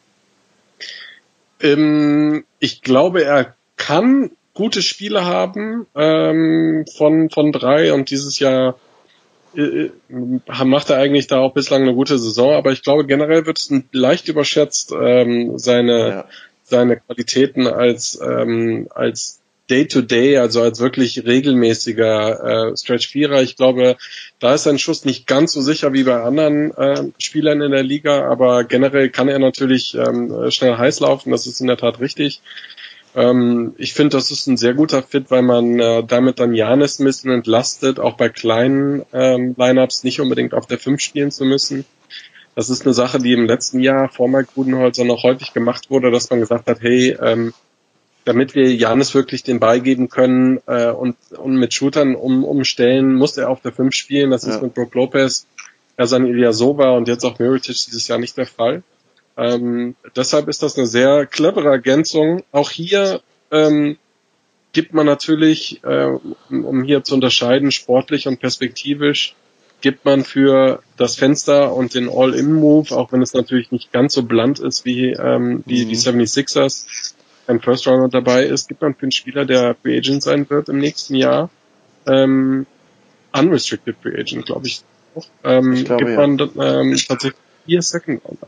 Ähm, ich glaube, er kann gute Spiele haben ähm, von von drei und dieses Jahr äh, macht er eigentlich da auch bislang eine gute Saison, aber ich glaube generell wird es leicht überschätzt, ähm, seine Ja. seine Qualitäten als ähm, als Day-to-Day, also als wirklich regelmäßiger äh, Stretch-Vierer. Ich glaube, da ist sein Schuss nicht ganz so sicher wie bei anderen äh, Spielern in der Liga, aber generell kann er natürlich ähm, schnell heiß laufen, das ist in der Tat richtig. Ähm, ich finde, das ist ein sehr guter Fit, weil man äh, damit dann Giannis ein bisschen entlastet, auch bei kleinen ähm, Lineups nicht unbedingt auf der fünf spielen zu müssen. Das ist eine Sache, die im letzten Jahr vor Mike Budenholzer noch häufig gemacht wurde, dass man gesagt hat, hey, ähm, damit wir Giannis wirklich den Ball geben können äh, und, und mit Shootern um, umstellen, muss er auf der fünf spielen. Das Ja. ist mit Brook Lopez, Ersan Ilyasova und jetzt auch Mirotic dieses Jahr nicht der Fall. Ähm, deshalb ist das eine sehr clevere Ergänzung. Auch hier ähm, gibt man natürlich, äh, um, um hier zu unterscheiden, sportlich und perspektivisch, gibt man für das Fenster und den All-In-Move, auch wenn es natürlich nicht ganz so blunt ist wie ähm, die, Mhm. die seventy-sixers, ein First-Rounder dabei ist, gibt man für einen Spieler, der Free Agent sein wird im nächsten Jahr, ähm, Unrestricted Free Agent, glaube ich. Auch, ähm, Ich glaube, gibt ja. man ähm, tatsächlich vier Second-Rounder.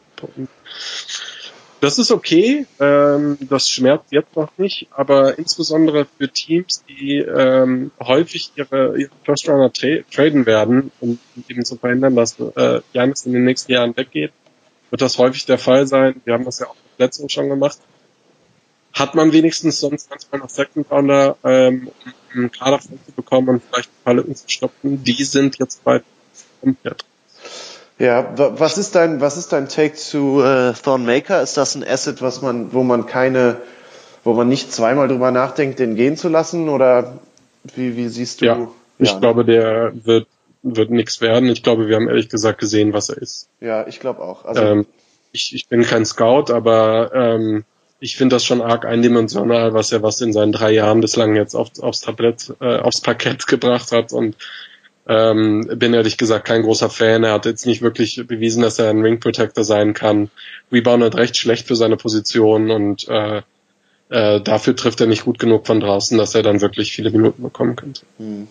Das ist okay, ähm, das schmerzt jetzt noch nicht, aber insbesondere für Teams, die ähm, häufig ihre, ihre First-Rounder tra- traden werden, um eben zu verhindern, dass äh, Giannis in den nächsten Jahren weggeht, wird das häufig der Fall sein. Wir haben das ja auch letztens schon gemacht. Hat man wenigstens sonst manchmal noch Second-Rounder, ähm, um einen Kader voll zu bekommen und vielleicht ein paar Lücken zu stoppen. Die sind jetzt bald komplett. Ja, wa- was ist dein, was ist dein Take zu äh, Thornmaker? Ist das ein Asset, was man, wo man keine, wo man nicht zweimal drüber nachdenkt, den gehen zu lassen? Oder wie, wie siehst du? Ja, ich ne? glaube, der wird wird nichts werden. Ich glaube, wir haben ehrlich gesagt gesehen, was er ist. Ja, ich glaube auch. Also Ähm, ich, ich bin kein Scout, aber ähm, ich finde das schon arg eindimensional, was er was in seinen drei Jahren bislang jetzt auf, aufs Tablett, äh, aufs Parkett gebracht hat, und ähm, bin ehrlich gesagt kein großer Fan. Er hat jetzt nicht wirklich bewiesen, dass er ein Ring Protector sein kann. Reboundet recht schlecht für seine Position und äh, äh, dafür trifft er nicht gut genug von draußen, dass er dann wirklich viele Minuten bekommen könnte. hm.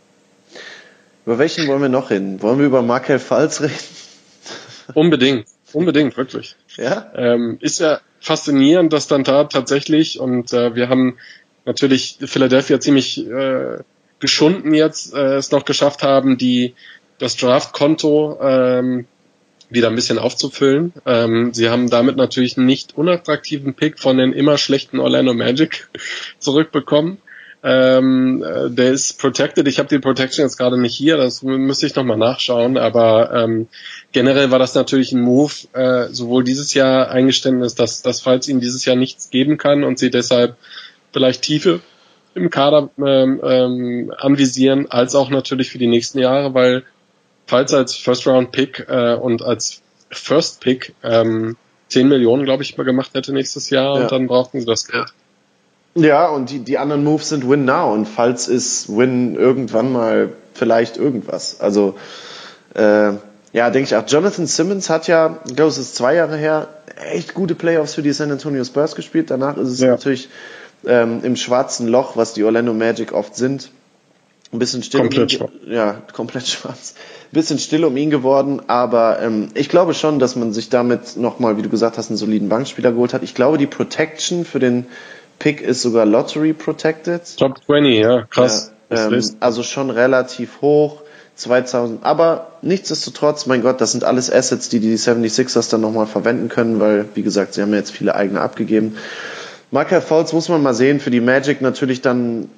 Über welchen wollen wir noch hin? Wollen wir über Markel Fultz reden? Unbedingt, unbedingt, wirklich. Ja? Ähm, ist ja faszinierend, dass dann da tatsächlich, und äh, wir haben natürlich Philadelphia ziemlich äh, geschunden jetzt, äh, es noch geschafft haben, die das Draftkonto ähm, wieder ein bisschen aufzufüllen. Ähm, sie haben damit natürlich einen nicht unattraktiven Pick von den immer schlechten Orlando Magic zurückbekommen. Ähm, äh, der ist protected. Ich habe die Protection jetzt gerade nicht hier, das müsste ich nochmal nachschauen, aber ähm, generell war das natürlich ein Move, äh, sowohl dieses Jahr Eingeständnis, dass, dass falls ihnen dieses Jahr nichts geben kann und sie deshalb vielleicht Tiefe im Kader ähm, ähm, anvisieren, als auch natürlich für die nächsten Jahre, weil falls als First-Round-Pick äh, und als First-Pick ähm, zehn Millionen, glaube ich, mal gemacht hätte nächstes Jahr Ja. und dann brauchten sie das Geld. Ja, und die, die anderen Moves sind Win Now und falls ist Win irgendwann mal vielleicht irgendwas. Also, äh, ja, denke ich auch. Jonathan Simmons hat ja, ich glaube, es ist zwei Jahre her, echt gute Playoffs für die San Antonio Spurs gespielt. Danach ist es Ja. natürlich ähm, im schwarzen Loch, was die Orlando Magic oft sind. Ein bisschen still Komplett um ihn, schwarz. ja, komplett schwarz. Ein bisschen still um ihn geworden, aber ähm, ich glaube schon, dass man sich damit nochmal, wie du gesagt hast, einen soliden Bankspieler geholt hat. Ich glaube, die Protection für den Pick ist sogar Lottery protected. Top zwanzig, ja, krass. Ja, ähm, also schon relativ hoch, zweitausend, aber nichtsdestotrotz, mein Gott, das sind alles Assets, die die seventy-sixers dann nochmal verwenden können, weil, wie gesagt, sie haben ja jetzt viele eigene abgegeben. Markelle Fultz muss man mal sehen, für die Magic natürlich dann,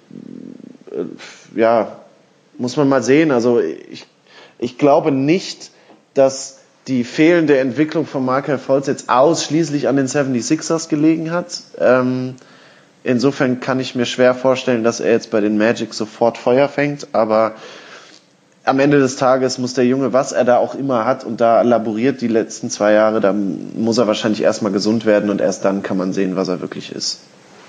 äh, ja, muss man mal sehen, also ich, ich glaube nicht, dass die fehlende Entwicklung von Markelle Fultz jetzt ausschließlich an den seventy-sixers gelegen hat. Ähm, insofern kann ich mir schwer vorstellen, dass er jetzt bei den Magic sofort Feuer fängt, aber am Ende des Tages muss der Junge, was er da auch immer hat und da laboriert die letzten zwei Jahre, da muss er wahrscheinlich erstmal gesund werden und erst dann kann man sehen, was er wirklich ist.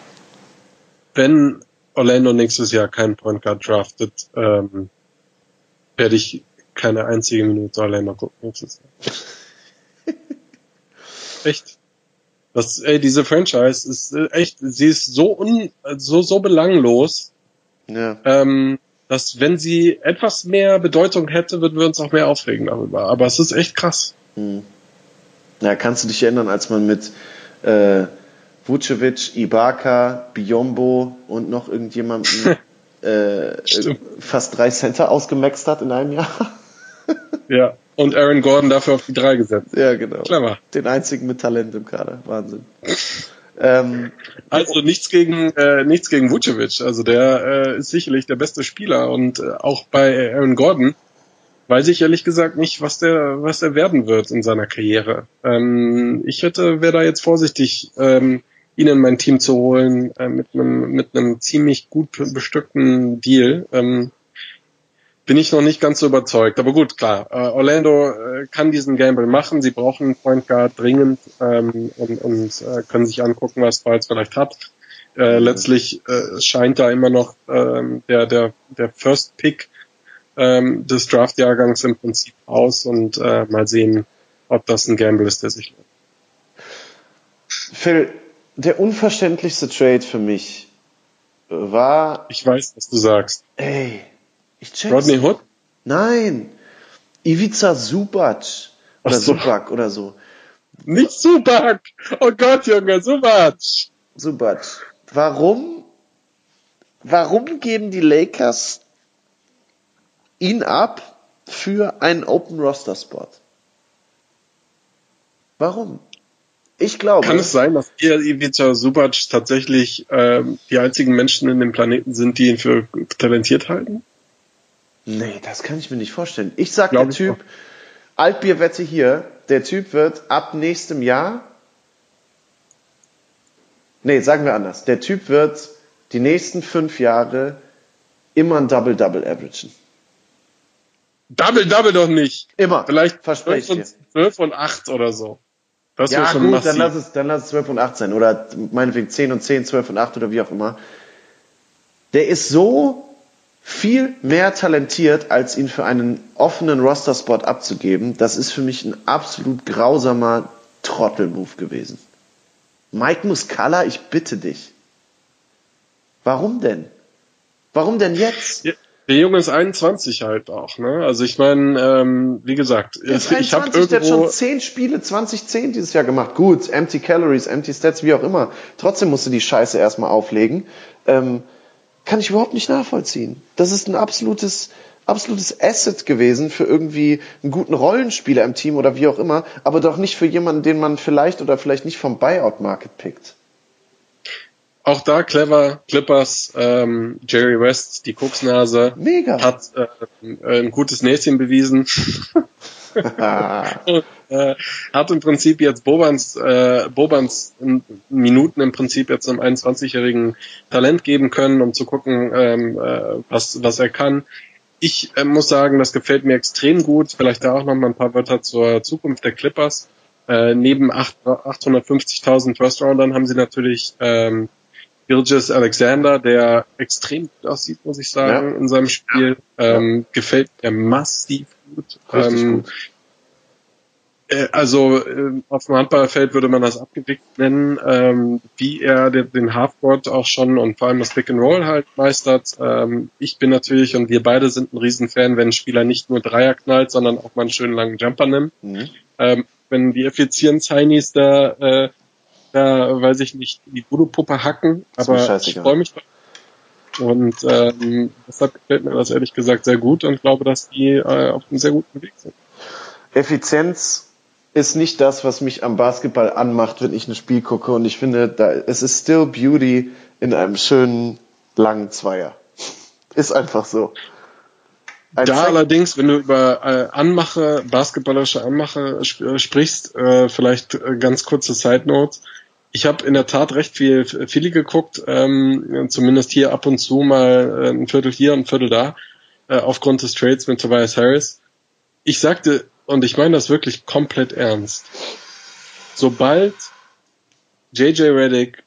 Wenn Orlando nächstes Jahr keinen Point Guard draftet, ähm, werde ich keine einzige Minute Orlando gucken nächstes Jahr. Echt? Das, ey, diese Franchise ist äh, echt, sie ist so un, so, so belanglos, Ja. ähm, dass wenn sie etwas mehr Bedeutung hätte, würden wir uns auch mehr aufregen darüber. Aber es ist echt krass. Hm. Ja, kannst du dich erinnern, als man mit äh, Vucevic, Ibaka, Biyombo und noch irgendjemandem äh, fast drei Center ausgemaxt hat in einem Jahr? Ja. Und Aaron Gordon dafür auf die drei gesetzt. Ja, genau. Clever. Den einzigen mit Talent im Kader. Wahnsinn. ähm, Also nichts gegen äh, nichts gegen Vucevic. Also der äh, ist sicherlich der beste Spieler und äh, auch bei Aaron Gordon weiß ich ehrlich gesagt nicht, was der was er werden wird in seiner Karriere. Ähm, ich hätte wäre da jetzt vorsichtig, ähm, ihn in mein Team zu holen äh, mit einem mit einem ziemlich gut bestückten Deal. Ähm, bin ich noch nicht ganz so überzeugt. Aber gut, klar, äh, Orlando äh, kann diesen Gamble machen. Sie brauchen einen Point Guard dringend ähm, und, und äh, können sich angucken, was Fultz vielleicht hat. Äh, letztlich äh, scheint da immer noch ähm, der der der First Pick ähm, des Draft-Jahrgangs im Prinzip aus und äh, mal sehen, ob das ein Gamble ist, der sich lohnt. Phil, der unverständlichste Trade für mich war... Ich weiß, was du sagst. Ey, ich check's. Rodney Hood? Nein, Ivica Zubac oder Ach so. Zubac oder so. Nicht Zubac! Oh Gott, Junge, Zubac! Zubac. Warum, warum geben die Lakers ihn ab für einen Open Roster Spot? Warum? Ich glaube. Kann es sein, dass ihr Ivica Zubac tatsächlich ähm, die einzigen Menschen in dem Planeten sind, die ihn für talentiert halten? Nee, das kann ich mir nicht vorstellen. Ich sag, Glaub der ich Typ, Altbierwette hier, der Typ wird ab nächstem Jahr, nee, sagen wir anders, der Typ wird die nächsten fünf Jahre immer ein Double-Double averagen. Double-Double doch nicht. Immer. Vielleicht Verspreche zwölf ich dir. und, zwölf und acht oder so. Das wäre Ja, schon gut, massiv. dann lass es, dann lass es zwölf und acht sein. Oder meinetwegen zehn und zehn, zwölf und acht oder wie auch immer. Der ist so viel mehr talentiert, als ihn für einen offenen Roster-Spot abzugeben. Das ist für mich ein absolut grausamer Trottel-Move gewesen. Mike Muscala, ich bitte dich. Warum denn? Warum denn jetzt? Ja, der Junge ist einundzwanzig halt auch, ne? Also ich meine, ähm, wie gesagt, Der ist ich, ich habe einundzwanzig, der hat irgendwo schon zehn Spiele, zwanzig zehn dieses Jahr gemacht. Gut, empty Calories, empty Stats, wie auch immer. Trotzdem musste die Scheiße erstmal auflegen. Ähm, kann ich überhaupt nicht nachvollziehen. Das ist ein absolutes, absolutes Asset gewesen für irgendwie einen guten Rollenspieler im Team oder wie auch immer, aber doch nicht für jemanden, den man vielleicht oder vielleicht nicht vom Buyout-Market pickt. auch da clever, Clippers, ähm, Jerry West, die Koksnase, Mega. hat äh, ein gutes Näschen bewiesen. Und, äh, hat im Prinzip jetzt Bobans, äh, Bobans Minuten im Prinzip jetzt einem einundzwanzigjährigen Talent geben können, um zu gucken, ähm, äh, was, was er kann. Ich äh, muss sagen, das gefällt mir extrem gut. Vielleicht da auch noch mal ein paar Wörter zur Zukunft der Clippers. Äh, neben achthundertfünfzigtausend First-Roundern haben sie natürlich ähm, Gilgeous Alexander, der extrem gut aussieht, muss ich sagen, ja. in seinem Spiel. Ähm, ja. Gefällt mir massiv gut. Ähm, gut. Äh, also äh, auf dem Handballfeld würde man das abgewickt nennen, ähm, wie er den, den Halfcourt auch schon und vor allem das Pick and Roll halt meistert. Ähm, ich bin natürlich und wir beide sind ein Riesenfan, wenn ein Spieler nicht nur Dreier knallt, sondern auch mal einen schönen langen Jumper nimmt. Mhm. Ähm, wenn die Effizienz-Heinis da, äh, da, weiß ich nicht, die Voodoo-Puppe hacken, aber ich freue mich und ähm, deshalb gefällt mir das ehrlich gesagt sehr gut und glaube, dass die äh, auf einem sehr guten Weg sind. Effizienz ist nicht das, was mich am Basketball anmacht, wenn ich ein Spiel gucke, und ich finde, da, es ist still Beauty in einem schönen langen Zweier. Ist einfach so. Ein da Zeig- allerdings, wenn du über äh, Anmache, basketballerische Anmache sp- sprichst, äh, vielleicht äh, ganz kurze Side Note. Ich habe in der Tat recht viel Philly geguckt, ähm, zumindest hier ab und zu mal äh, ein Viertel hier und ein Viertel da, äh, aufgrund des Trades mit Tobias Harris. Ich sagte, und ich meine das wirklich komplett ernst, sobald J J Redick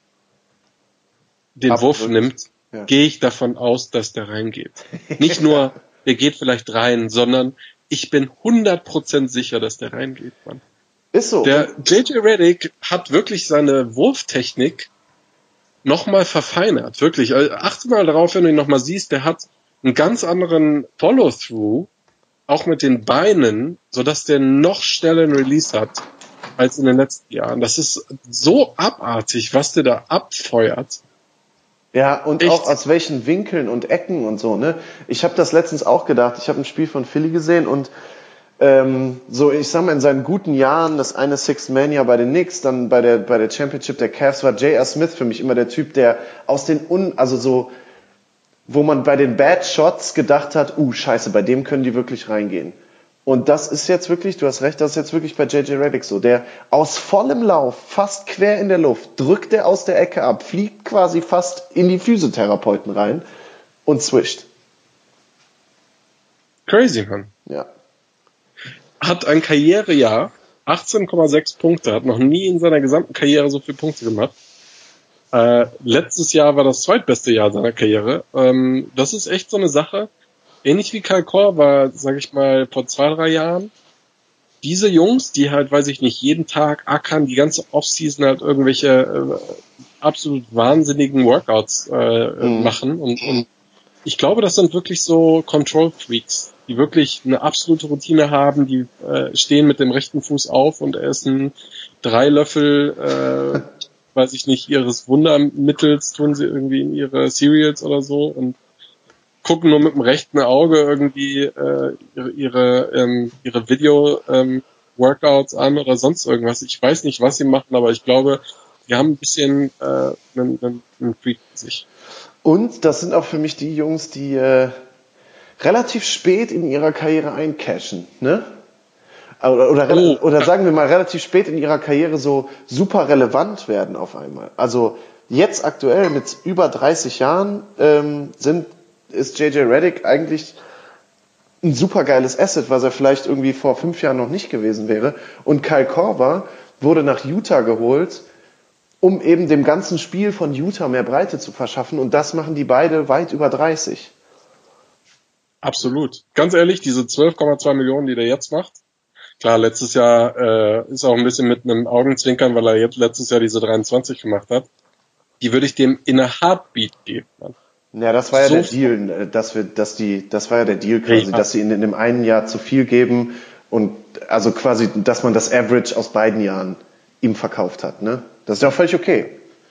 den Abdrückt. Wurf nimmt, ja. gehe ich davon aus, dass der reingeht. Nicht nur, der geht vielleicht rein, sondern ich bin hundert Prozent sicher, dass der reingeht, Mann. Ist so. Der J J Redick hat wirklich seine Wurftechnik nochmal verfeinert. Wirklich. Also achte mal darauf, wenn du ihn nochmal siehst, der hat einen ganz anderen Follow-through, auch mit den Beinen, sodass der noch schneller einen Release hat als in den letzten Jahren. Das ist so abartig, was der da abfeuert. Ja, und Echt? auch aus welchen Winkeln und Ecken und so, ne? Ich habe das letztens auch gedacht. Ich habe ein Spiel von Philly gesehen und ähm, so, ich sag mal, in seinen guten Jahren, das eine Sixth Man ja bei den Knicks, dann bei der bei der Championship der Cavs, war J R. Smith für mich immer der Typ, der aus den un, also so, wo man bei den Bad Shots gedacht hat, uh, scheiße, bei dem können die wirklich reingehen. Und das ist jetzt wirklich, du hast recht, das ist jetzt wirklich bei J J Redick so. Der aus vollem Lauf, fast quer in der Luft, drückt er aus der Ecke ab, fliegt quasi fast in die Physiotherapeuten rein und swischt. Crazy, Mann. Ja. Hat ein Karrierejahr, achtzehn Komma sechs Punkte, hat noch nie in seiner gesamten Karriere so viele Punkte gemacht. Äh, letztes Jahr war das zweitbeste Jahr seiner Karriere. Ähm, das ist echt so eine Sache. Ähnlich wie Kyle Korver, sag ich mal, vor zwei, drei Jahren. Diese Jungs, die halt, weiß ich nicht, jeden Tag ackern, die ganze Offseason halt irgendwelche äh, absolut wahnsinnigen Workouts äh, mhm. machen. Und, und ich glaube, das sind wirklich so Control-Freaks, die wirklich eine absolute Routine haben, die äh, stehen mit dem rechten Fuß auf und essen drei Löffel, äh, weiß ich nicht, ihres Wundermittels tun sie irgendwie in ihre Cereals oder so und gucken nur mit dem rechten Auge irgendwie äh, ihre ihre, ähm, ihre Video-Workouts ähm, an oder sonst irgendwas. Ich weiß nicht, was sie machen, aber ich glaube, die haben ein bisschen äh, einen, einen, einen Freak in sich. Und das sind auch für mich die Jungs, die äh, relativ spät in ihrer Karriere eincashen, ne? Oder, oder, oh. oder sagen wir mal, relativ spät in ihrer Karriere so super relevant werden auf einmal. Also jetzt aktuell mit über dreißig Jahren ähm, sind ist J J Redick eigentlich ein super geiles Asset, was er vielleicht irgendwie vor fünf Jahren noch nicht gewesen wäre. Und Kyle Korver wurde nach Utah geholt, um eben dem ganzen Spiel von Utah mehr Breite zu verschaffen. Und das machen die beide weit über dreißig. Absolut. Ganz ehrlich, diese zwölf Komma zwei Millionen, die der jetzt macht, klar, letztes Jahr äh, ist auch ein bisschen mit einem Augenzwinkern, weil er jetzt letztes Jahr diese dreiundzwanzig gemacht hat, die würde ich dem in a Heartbeat geben, Mann. Ja, das war ja so der Deal, dass wir, dass die, das war ja der Deal quasi, ja. dass sie in, in dem einen Jahr zu viel geben und also quasi, dass man das Average aus beiden Jahren ihm verkauft hat, ne? Das ist ja auch völlig okay.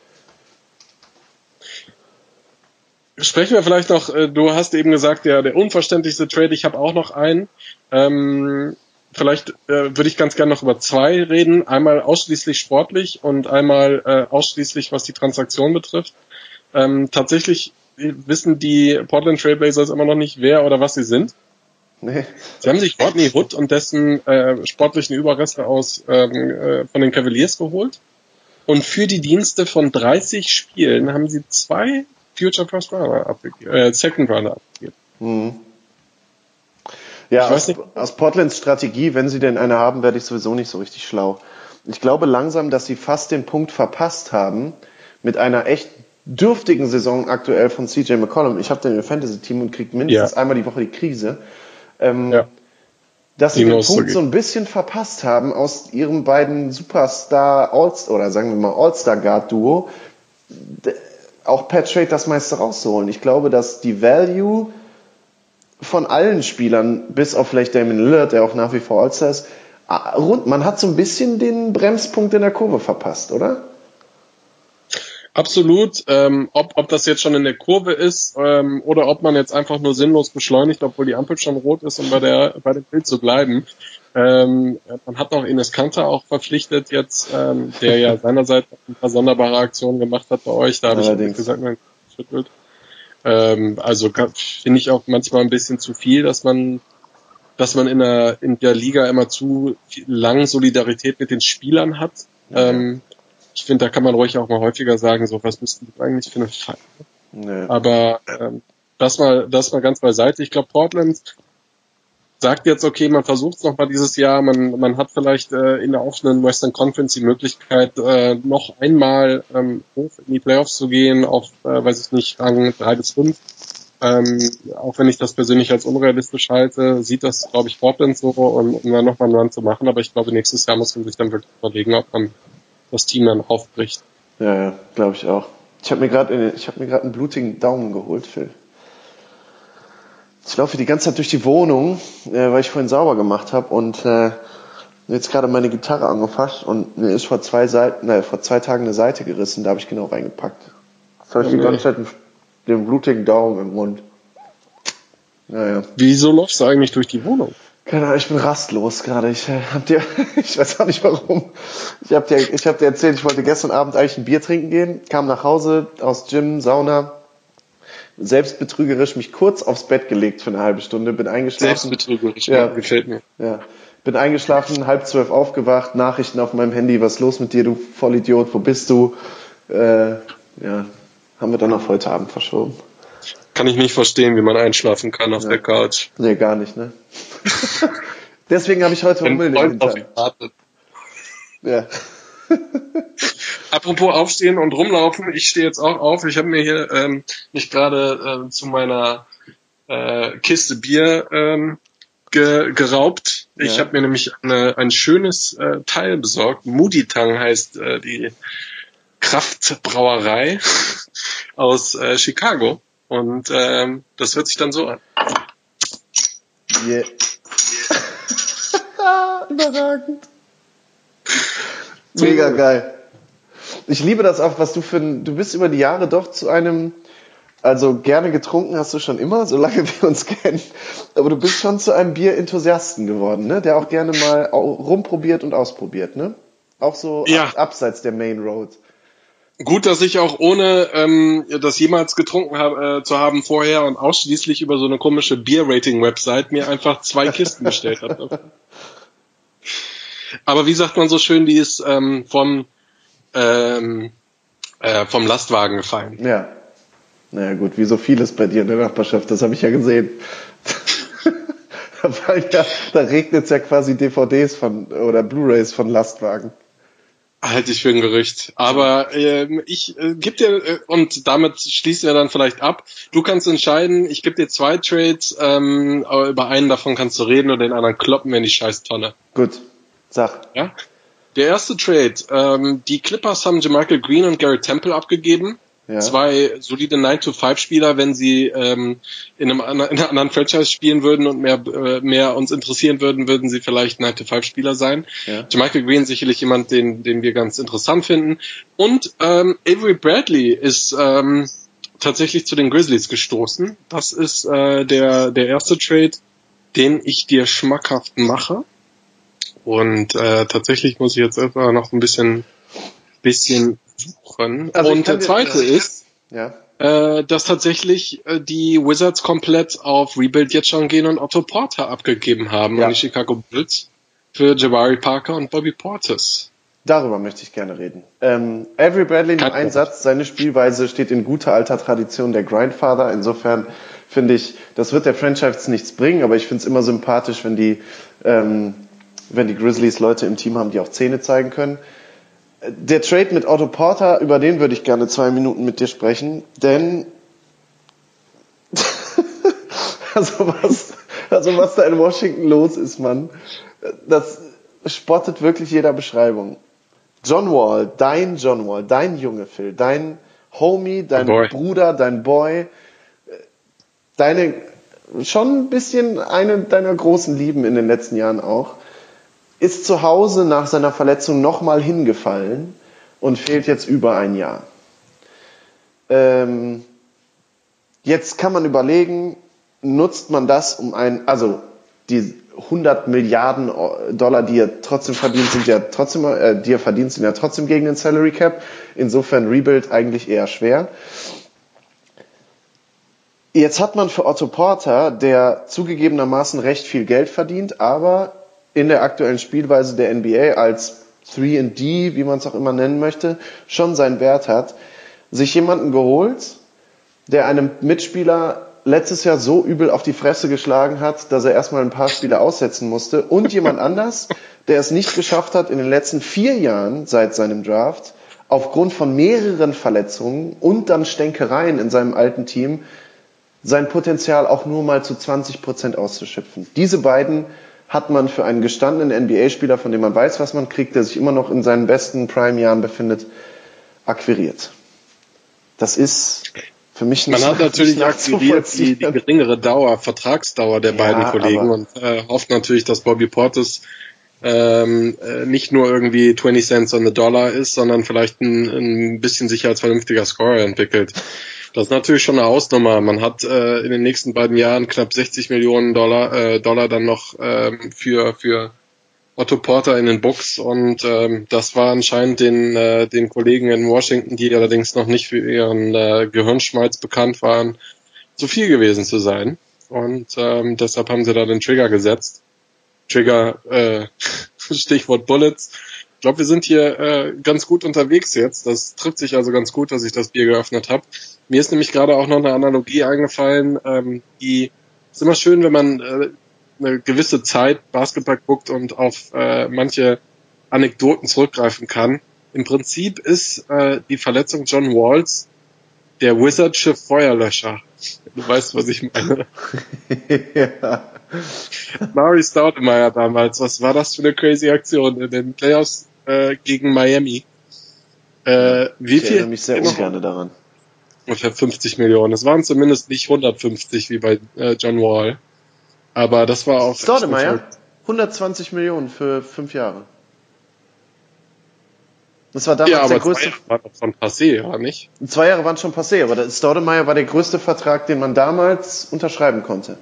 Sprechen wir vielleicht noch, du hast eben gesagt, ja, der unverständlichste Trade, ich habe auch noch einen. Ähm, vielleicht äh, würde ich ganz gerne noch über zwei reden. Einmal ausschließlich sportlich und einmal äh, ausschließlich, was die Transaktion betrifft. Ähm, tatsächlich wissen die Portland Trailblazers immer noch nicht, wer oder was sie sind. Nee. Sie haben sich Rodney Hood und dessen äh, sportlichen Überreste aus ähm, äh, von den Cavaliers geholt. Und für die Dienste von dreißig Spielen haben sie zwei Future First Runner abgegeben, äh, Second Runner abgegeben. Mhm. Ja, Ich weiß aus, nicht. aus Portlands Strategie, wenn sie denn eine haben, werde ich sowieso nicht so richtig schlau. Ich glaube langsam, dass sie fast den Punkt verpasst haben mit einer echt dürftigen Saison aktuell von C J McCollum. Ich habe den im Fantasy-Team und kriege mindestens Ja. einmal die Woche die Krise. Ähm, Ja. Dass sie Die den muss so Punkt gehen. so ein bisschen verpasst haben aus ihren beiden Superstar All-Star oder sagen wir mal All-Star-Guard-Duo, d- auch per Trade das meiste rauszuholen. Ich glaube, dass die Value von allen Spielern, bis auf vielleicht Damian Lillard, der auch nach wie vor All-Star ist, ah, rund, man hat so ein bisschen den Bremspunkt in der Kurve verpasst, oder? Absolut. Ähm, ob, ob das jetzt schon in der Kurve ist ähm, oder ob man jetzt einfach nur sinnlos beschleunigt, obwohl die Ampel schon rot ist, um bei der bei dem Bild zu bleiben. Ähm, man hat noch Enes Kanter auch verpflichtet jetzt, ähm, der ja seinerseits ein paar sonderbare Aktionen gemacht hat bei euch. Da habe ich Allerdings. gesagt, man schüttelt. Ähm, also kann- finde ich auch manchmal ein bisschen zu viel, dass man dass man in der in der Liga immer zu viel- lang Solidarität mit den Spielern hat. Ja, ähm, Ich finde, da kann man ruhig auch mal häufiger sagen, so was müssten wir eigentlich für eine Fall. Nee. Aber ähm, das mal, das mal ganz beiseite. Ich glaube, Portland sagt jetzt, okay, man versucht es nochmal dieses Jahr. Man, man hat vielleicht äh, in der offenen Western Conference die Möglichkeit, äh, noch einmal ähm, hoch in die Playoffs zu gehen, auf, äh, weiß ich nicht, Rang drei bis fünf. Ähm, auch wenn ich das persönlich als unrealistisch halte, sieht das, glaube ich, Portland so, um, um dann nochmal einen Run zu machen. Aber ich glaube, nächstes Jahr muss man sich dann wirklich überlegen, ob man das Team dann aufbricht. Ja, ja, glaube ich auch. Ich habe mir gerade ich habe mir gerade einen blutigen Daumen geholt, Phil. Ich laufe die ganze Zeit durch die Wohnung, äh, weil ich vorhin sauber gemacht habe und äh, jetzt gerade meine Gitarre angefasst und mir ist vor zwei Seiten, äh, vor zwei Tagen eine Seite gerissen, da habe ich genau reingepackt. Jetzt habe ich Oh die nee. ganze Zeit den, den blutigen Daumen im Mund. Naja. Wieso läufst du eigentlich durch die Wohnung? Keine Ahnung, ich bin rastlos gerade. Ich äh, hab dir, ich weiß auch nicht warum. Ich hab dir, ich hab dir erzählt, ich wollte gestern Abend eigentlich ein Bier trinken gehen, kam nach Hause aus Gym, Sauna, selbstbetrügerisch mich kurz aufs Bett gelegt für eine halbe Stunde, bin eingeschlafen. Selbstbetrügerisch, Ja. gefällt mir. Ja, bin eingeschlafen, halb zwölf aufgewacht, Nachrichten auf meinem Handy, was ist los mit dir, du Vollidiot, wo bist du? Äh, ja, haben wir dann auf heute Abend verschoben. Kann ich nicht verstehen, wie man einschlafen kann auf Ja. der Couch. Nee, gar nicht, ne? Deswegen habe ich heute Wenn Hummel ein in den Freund auf Hintern. ihn wartet. Ja. Apropos aufstehen und rumlaufen, ich stehe jetzt auch auf. Ich habe mir hier ähm, mich gerade äh, zu meiner äh, Kiste Bier ähm, ge geraubt. Ich Ja. habe mir nämlich eine, ein schönes äh, Teil besorgt. Moody Tang heißt äh, die Kraftbrauerei aus äh, Chicago. Und ähm, das hört sich dann so an. Yeah. Überragend. Mega geil. Ich liebe das auch, was du für ein, du bist über die Jahre doch zu einem, also gerne getrunken hast du schon immer, solange wir uns kennen, aber du bist schon zu einem Bier-Enthusiasten geworden, ne? Der auch gerne mal au- rumprobiert und ausprobiert, ne? Auch so Ja. ab, abseits der Main Road. Gut, dass ich auch ohne ähm, das jemals getrunken hab, äh, zu haben vorher und ausschließlich über so eine komische Bier-Rating-Website mir einfach zwei Kisten bestellt habe. Aber wie sagt man so schön, die ist ähm, vom ähm, äh, vom Lastwagen gefallen. Ja. Naja gut, wie so vieles bei dir in der Nachbarschaft, das habe ich ja gesehen. da, fallen ja, da regnet es ja quasi D V Ds von oder Blu-Rays von Lastwagen. Halte ich für ein Gerücht. Aber ähm, ich äh, gebe dir, äh, und damit schließen wir dann vielleicht ab, du kannst entscheiden, ich gebe dir zwei Trades, ähm, aber über einen davon kannst du reden und den anderen kloppen wir in die Scheißtonne. Gut, sag. Ja? Der erste Trade, ähm, die Clippers haben JaMychal Green und Garrett Temple abgegeben. Ja. Zwei solide nine to five Spieler, wenn sie ähm, in, einem, in einer anderen Franchise spielen würden und mehr äh, mehr uns interessieren würden, würden sie vielleicht nine to five Spieler sein. Ja. JaMychal Green sicherlich jemand, den den wir ganz interessant finden. Und ähm, Avery Bradley ist ähm, tatsächlich zu den Grizzlies gestoßen. Das ist äh, der der erste Trade, den ich dir schmackhaft mache. Und äh, tatsächlich muss ich jetzt einfach noch ein bisschen bisschen suchen. Also ich und kann der dir- zweite ist, Ja. äh, dass tatsächlich äh, die Wizards komplett auf Rebuild jetzt schon gehen und Otto Porter abgegeben haben Ja. an die Chicago Bulls für Jabari Parker und Bobby Portis. Darüber möchte ich gerne reden. Ähm, Avery Bradley nur Kein ein Punkt. Satz. Seine Spielweise steht in guter alter Tradition der Grindfather. Insofern finde ich, das wird der Franchise nichts bringen, aber ich finde es immer sympathisch, wenn die, ähm, wenn die Grizzlies Leute im Team haben, die auch Zähne zeigen können. Der Trade mit Otto Porter, über den würde ich gerne zwei Minuten mit dir sprechen, denn also was, also was da in Washington los ist, Mann, das spottet wirklich jeder Beschreibung. John Wall, dein John Wall, dein Junge Phil, dein Homie, dein Boy. Bruder, dein Boy, deine, schon ein bisschen eine deiner großen Lieben in den letzten Jahren auch, ist zu Hause nach seiner Verletzung nochmal hingefallen und fehlt jetzt über ein Jahr. Ähm, jetzt kann man überlegen, nutzt man das um ein, also die hundert Milliarden Dollar, die er trotzdem verdient, sind ja trotzdem, äh, die er verdient, sind ja trotzdem gegen den Salary Cap. Insofern Rebuild eigentlich eher schwer. Jetzt hat man für Otto Porter, der zugegebenermaßen recht viel Geld verdient, aber in der aktuellen Spielweise der N B A als drei und D, wie man es auch immer nennen möchte, schon seinen Wert hat, sich jemanden geholt, der einem Mitspieler letztes Jahr so übel auf die Fresse geschlagen hat, dass er erstmal ein paar Spiele aussetzen musste, und jemand anders, der es nicht geschafft hat, in den letzten vier Jahren seit seinem Draft aufgrund von mehreren Verletzungen und dann Stänkereien in seinem alten Team sein Potenzial auch nur mal zu zwanzig Prozent auszuschöpfen. Diese beiden hat man für einen gestandenen N B A-Spieler, von dem man weiß, was man kriegt, der sich immer noch in seinen besten Prime-Jahren befindet, akquiriert. Das ist für mich nicht Man hat natürlich nicht akquiriert die, die geringere Dauer, Vertragsdauer der Ja, beiden Kollegen aber- und äh, hofft natürlich, dass Bobby Portis ähm, äh, nicht nur irgendwie zwanzig Cents on the Dollar ist, sondern vielleicht ein, ein bisschen sich als vernünftiger Scorer entwickelt. Das ist natürlich schon eine Hausnummer. Man hat äh, in den nächsten beiden Jahren knapp sechzig Millionen Dollar, äh, Dollar dann noch ähm, für für Otto Porter in den Books, und ähm, das war anscheinend den äh, den Kollegen in Washington, die allerdings noch nicht für ihren äh, Gehirnschmalz bekannt waren, zu viel gewesen zu sein, und ähm, deshalb haben sie da den Trigger gesetzt. Trigger, äh, Stichwort Bullets. Ich glaube, wir sind hier äh, ganz gut unterwegs jetzt. Das trifft sich also ganz gut, dass ich das Bier geöffnet habe. Mir ist nämlich gerade auch noch eine Analogie eingefallen, ähm, die ist immer schön, wenn man äh, eine gewisse Zeit Basketball guckt und auf äh, manche Anekdoten zurückgreifen kann. Im Prinzip ist äh, die Verletzung John Walls der Wizardsche Feuerlöscher. Du weißt, was ich meine. ja. Murray Stoudemire damals, was war das für eine crazy Aktion in den Playoffs äh, gegen Miami? Äh, wie Ich viel? erinnere mich sehr Noch ungern daran. ungefähr fünfzig Millionen. Es waren zumindest nicht hundertfünfzig wie bei äh, John Wall. Aber das war auch... Stoudemire, hundertzwanzig Millionen für fünf Jahre. Das war damals Ja, der aber größte... zwei war doch von passé, oder nicht? Zwei Jahre waren schon passé, aber der Stoudemire war der größte Vertrag, den man damals unterschreiben konnte.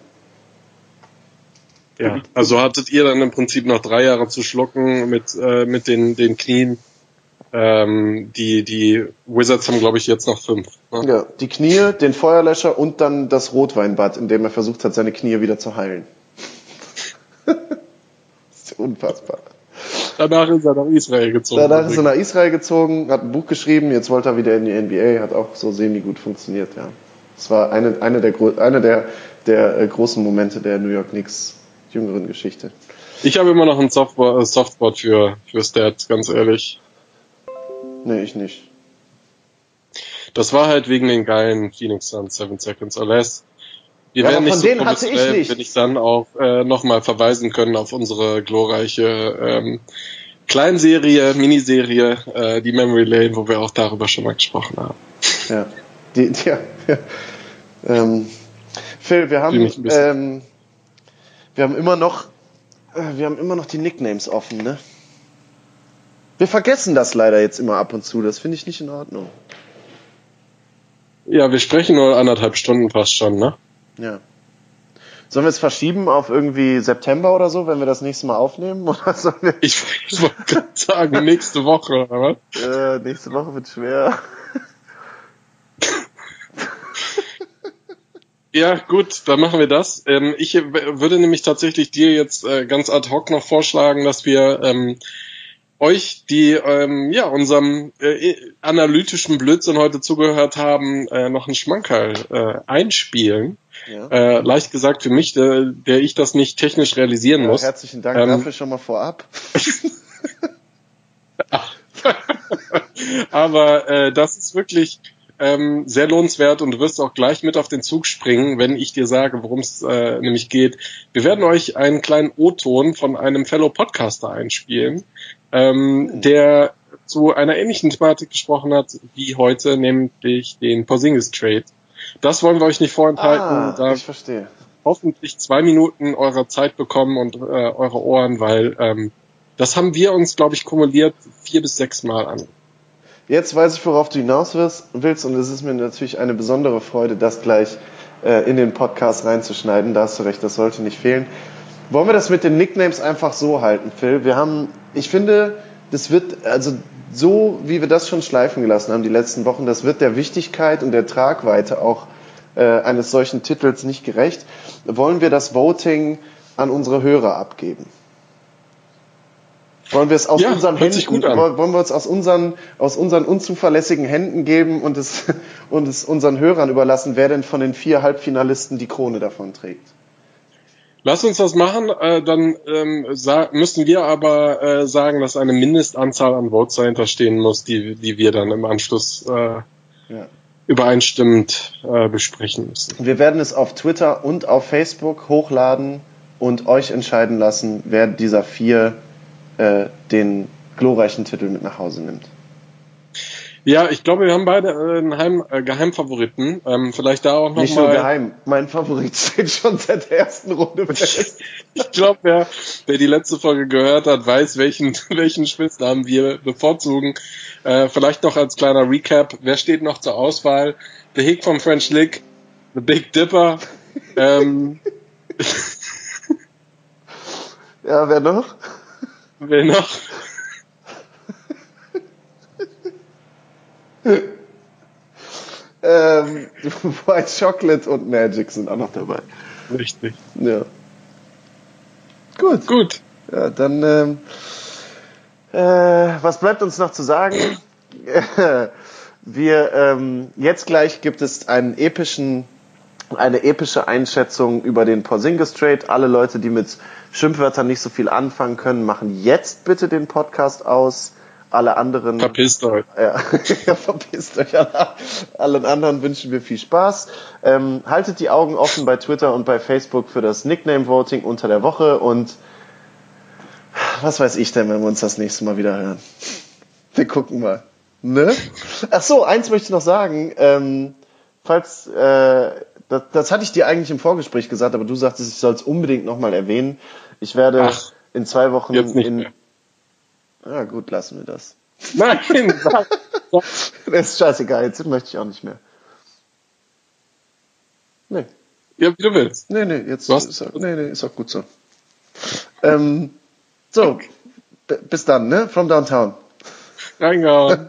Ja. Also hattet ihr dann im Prinzip noch drei Jahre zu schlucken mit äh, mit den den Knien. Ähm, die die Wizards haben, glaube ich, jetzt noch fünf. Ne? Ja, die Knie, den Feuerlöscher und dann das Rotweinbad, in dem er versucht hat, seine Knie wieder zu heilen. Das ist unfassbar. Danach ist er nach Israel gezogen. Danach ist er nach Israel gezogen, hat ein Buch geschrieben, jetzt wollte er wieder in die N B A, hat auch so semi gut funktioniert, ja. Das war eine, eine der, eine der, der äh, großen Momente der New York Knicks jüngeren Geschichte. Ich habe immer noch einen Softball, Softspot für für Stats, ganz ehrlich. Nee, ich nicht. Das war halt wegen den geilen Phoenix Suns Seven Seconds or Less. Wir Ja, werden aber nicht von so denen hatte ich professionell, nicht. wenn ich dann auch äh, nochmal verweisen können auf unsere glorreiche ähm, Kleinserie, Miniserie, äh, die Memory Lane, wo wir auch darüber schon mal gesprochen haben. Ja. Die, die, ja, ja. Ähm, Phil, wir haben, Fühl mich ein bisschen- ähm, wir haben immer noch, äh, wir haben immer noch die Nicknames offen, ne? Wir vergessen das leider jetzt immer ab und zu. Das finde ich nicht in Ordnung. Ja, wir sprechen nur anderthalb Stunden fast schon, ne? Ja. Sollen wir es verschieben auf irgendwie September oder so, wenn wir das nächste Mal aufnehmen? Oder sollen wir, Ich, ich wollte gerade sagen, nächste Woche, oder was? äh, nächste Woche wird schwer. Ja, gut, dann machen wir das. Ähm, ich w- würde nämlich tatsächlich dir jetzt äh, ganz ad hoc noch vorschlagen, dass wir ähm, euch, die ähm, ja unserem äh, analytischen Blödsinn heute zugehört haben, äh, noch einen Schmankerl äh, einspielen. Ja. Äh, leicht gesagt für mich, der, der ich das nicht technisch realisieren Ja, muss. herzlichen Dank Ähm, dafür schon mal vorab. Aber äh, das ist wirklich ähm, sehr lohnenswert und du wirst auch gleich mit auf den Zug springen, wenn ich dir sage, worum es äh, nämlich geht. Wir werden euch einen kleinen O-Ton von einem Fellow-Podcaster einspielen, ähm, hm. der zu einer ähnlichen Thematik gesprochen hat wie heute, nämlich den Porzingis-Trade. Das wollen wir euch nicht vorenthalten. Ah, da ich verstehe. Hoffentlich zwei Minuten eurer Zeit bekommen und äh, eure Ohren, weil ähm, das haben wir uns, glaube ich, kumuliert vier bis sechs Mal an. Jetzt weiß ich, worauf du hinaus willst, und es ist mir natürlich eine besondere Freude, das gleich äh, in den Podcast reinzuschneiden. Da hast du recht, das sollte nicht fehlen. Wollen wir das mit den Nicknames einfach so halten, Phil? Wir haben, ich finde, das wird, also so wie wir das schon schleifen gelassen haben die letzten Wochen, das wird der Wichtigkeit und der Tragweite auch äh, eines solchen Titels nicht gerecht. Wollen wir das Voting an unsere Hörer abgeben? Wollen wir es aus ja, unseren Händen, gut an. wollen wir es aus unseren, aus unseren unzuverlässigen Händen geben und es, und es unseren Hörern überlassen, wer denn von den vier Halbfinalisten die Krone davon trägt? Lass uns das machen, äh, dann ähm, sa- müssen wir aber äh, sagen, dass eine Mindestanzahl an Votes dahinter stehen muss, die, die wir dann im Anschluss äh, Ja. übereinstimmend äh, besprechen müssen. Wir werden es auf Twitter und auf Facebook hochladen und euch entscheiden lassen, wer dieser vier äh, den glorreichen Titel mit nach Hause nimmt. Ja, ich glaube, wir haben beide äh, einen Heim, äh, Geheimfavoriten. Ähm, vielleicht da auch noch Nicht mal. nur geheim, mein Favorit steht schon seit der ersten Runde fest. Ich glaube, wer, wer die letzte Folge gehört hat, weiß, welchen, welchen Spitznamen wir bevorzugen. Äh, vielleicht noch als kleiner Recap. Wer steht noch zur Auswahl? The Hick vom French Lick, The Big Dipper. ähm, Ja, wer noch? wer noch? ähm, White Chocolate und Magic sind auch noch dabei. Richtig. Ja. Gut. Gut. Ja, dann, ähm, äh, was bleibt uns noch zu sagen? Wir, ähm, jetzt gleich gibt es einen epischen, eine epische Einschätzung über den Porzingis Trade. Alle Leute, die mit Schimpfwörtern nicht so viel anfangen können, machen jetzt bitte den Podcast aus. Alle anderen... Verpisst euch. Ja, ja, verpisst euch. Alle, allen anderen wünschen wir viel Spaß. Ähm, haltet die Augen offen bei Twitter und bei Facebook für das Nickname-Voting unter der Woche und was weiß ich denn, wenn wir uns das nächste Mal wieder hören. Wir gucken mal. Ne? Ach so, eins möchte ich noch sagen. Ähm, falls, äh, das, das hatte ich dir eigentlich im Vorgespräch gesagt, aber du sagtest, ich soll es unbedingt nochmal erwähnen. Ich werde Ach, in zwei Wochen jetzt nicht in... mehr. Ja gut, lassen wir das. Nein, sag, sag. Das ist scheißegal, jetzt möchte ich auch nicht mehr. Nee. Ja, wie du willst. Nee, nee, jetzt Was? ist, auch, nee, nee, ist auch gut so. Ähm, so, b- bis dann, ne? From Downtown. Reingehauen.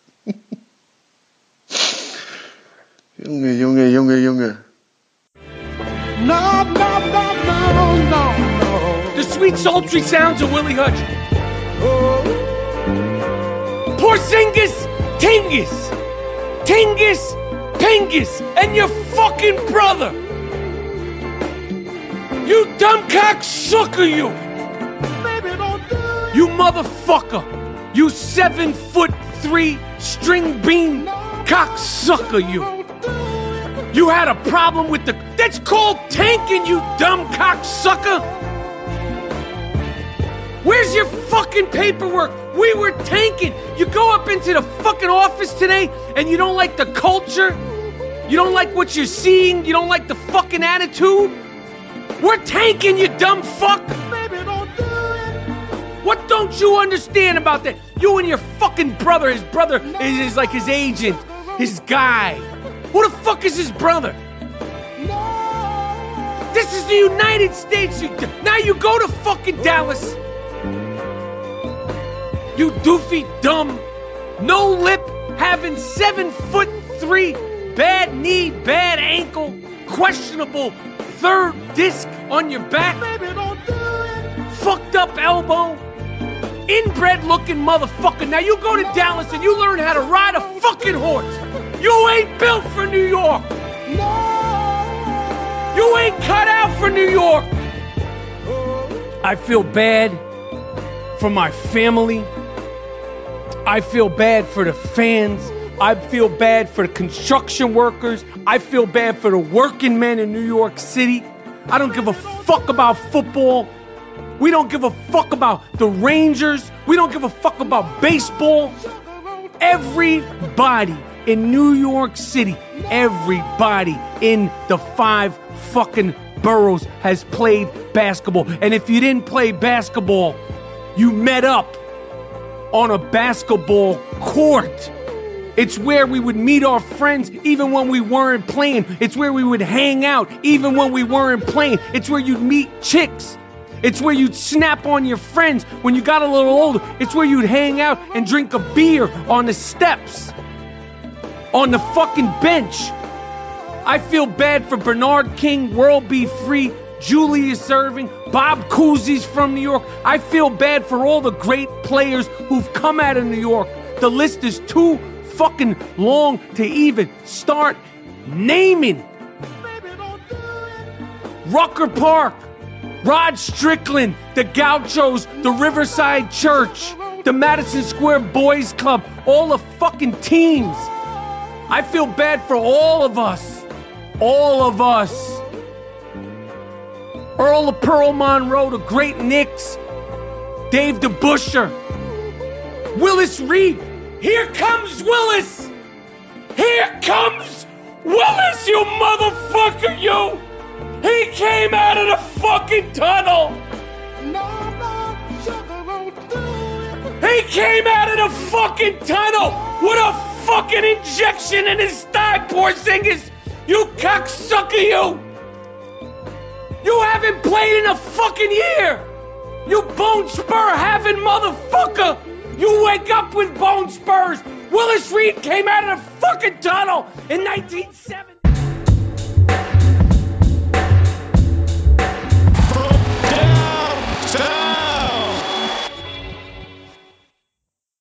Junge, Junge, Junge, Junge. No, no, no, no, no, no. The sweet, sultry sounds of Willie Hutch. Porzingis, Tingus, Tingus, Pingus, and your fucking brother. You dumb cocksucker, you. Baby, don't do it. You motherfucker. You seven foot three string bean cocksucker, you. Don't do it. You had a problem with the... That's called tanking, you dumb cocksucker! Where's your fucking paperwork? We were tanking! You go up into the fucking office today and you don't like the culture? You don't like what you're seeing? You don't like the fucking attitude? We're tanking, you dumb fuck! Baby, don't do it. What don't you understand about that? You and your fucking brother, his brother is, is like his agent, his guy. Who the fuck is his brother? No. This is the United States. You, now you go to fucking Dallas. You doofy, dumb, no lip, having seven foot three, bad knee, bad ankle, questionable third disc on your back, Baby, don't do it. fucked up elbow, inbred looking motherfucker. Now you go to Dallas and you learn how to ride a fucking horse. You ain't built for New York. You ain't cut out for New York. I feel bad for my family. I feel bad for the fans. I feel bad for the construction workers. I feel bad for the working men in New York City. I don't give a fuck about football. We don't give a fuck about the Rangers. We don't give a fuck about baseball. Everybody in New York City, everybody in the five fucking boroughs has played basketball. And if you didn't play basketball, you met up on a basketball court. It's where we would meet our friends even when we weren't playing. It's where we would hang out even when we weren't playing. It's where you'd meet chicks. It's where you'd snap on your friends when you got a little older. It's where you'd hang out and drink a beer on the steps, on the fucking bench. I feel bad for Bernard King, World Be Free, Julius Erving, Bob Cousy's from New York. I feel bad for all the great players who've come out of New York. The list is too fucking long to even start naming. Rucker Park, Rod Strickland, the Gauchos, the Riverside Church, the Madison Square Boys Club, all the fucking teams. I feel bad for all of us. All of us. Earl of Pearl Monroe, the great Knicks, Dave DeBuscher, Willis Reed. Here comes Willis. Here comes Willis, you motherfucker, you. He came out of the fucking tunnel. He came out of the fucking tunnel with a fucking injection in his thigh, Porzingis. You cocksucker, you. You haven't played in a fucking year. You bone spur having motherfucker. You wake up with bone spurs. Willis Reed came out of the fucking tunnel in nineteen seventy.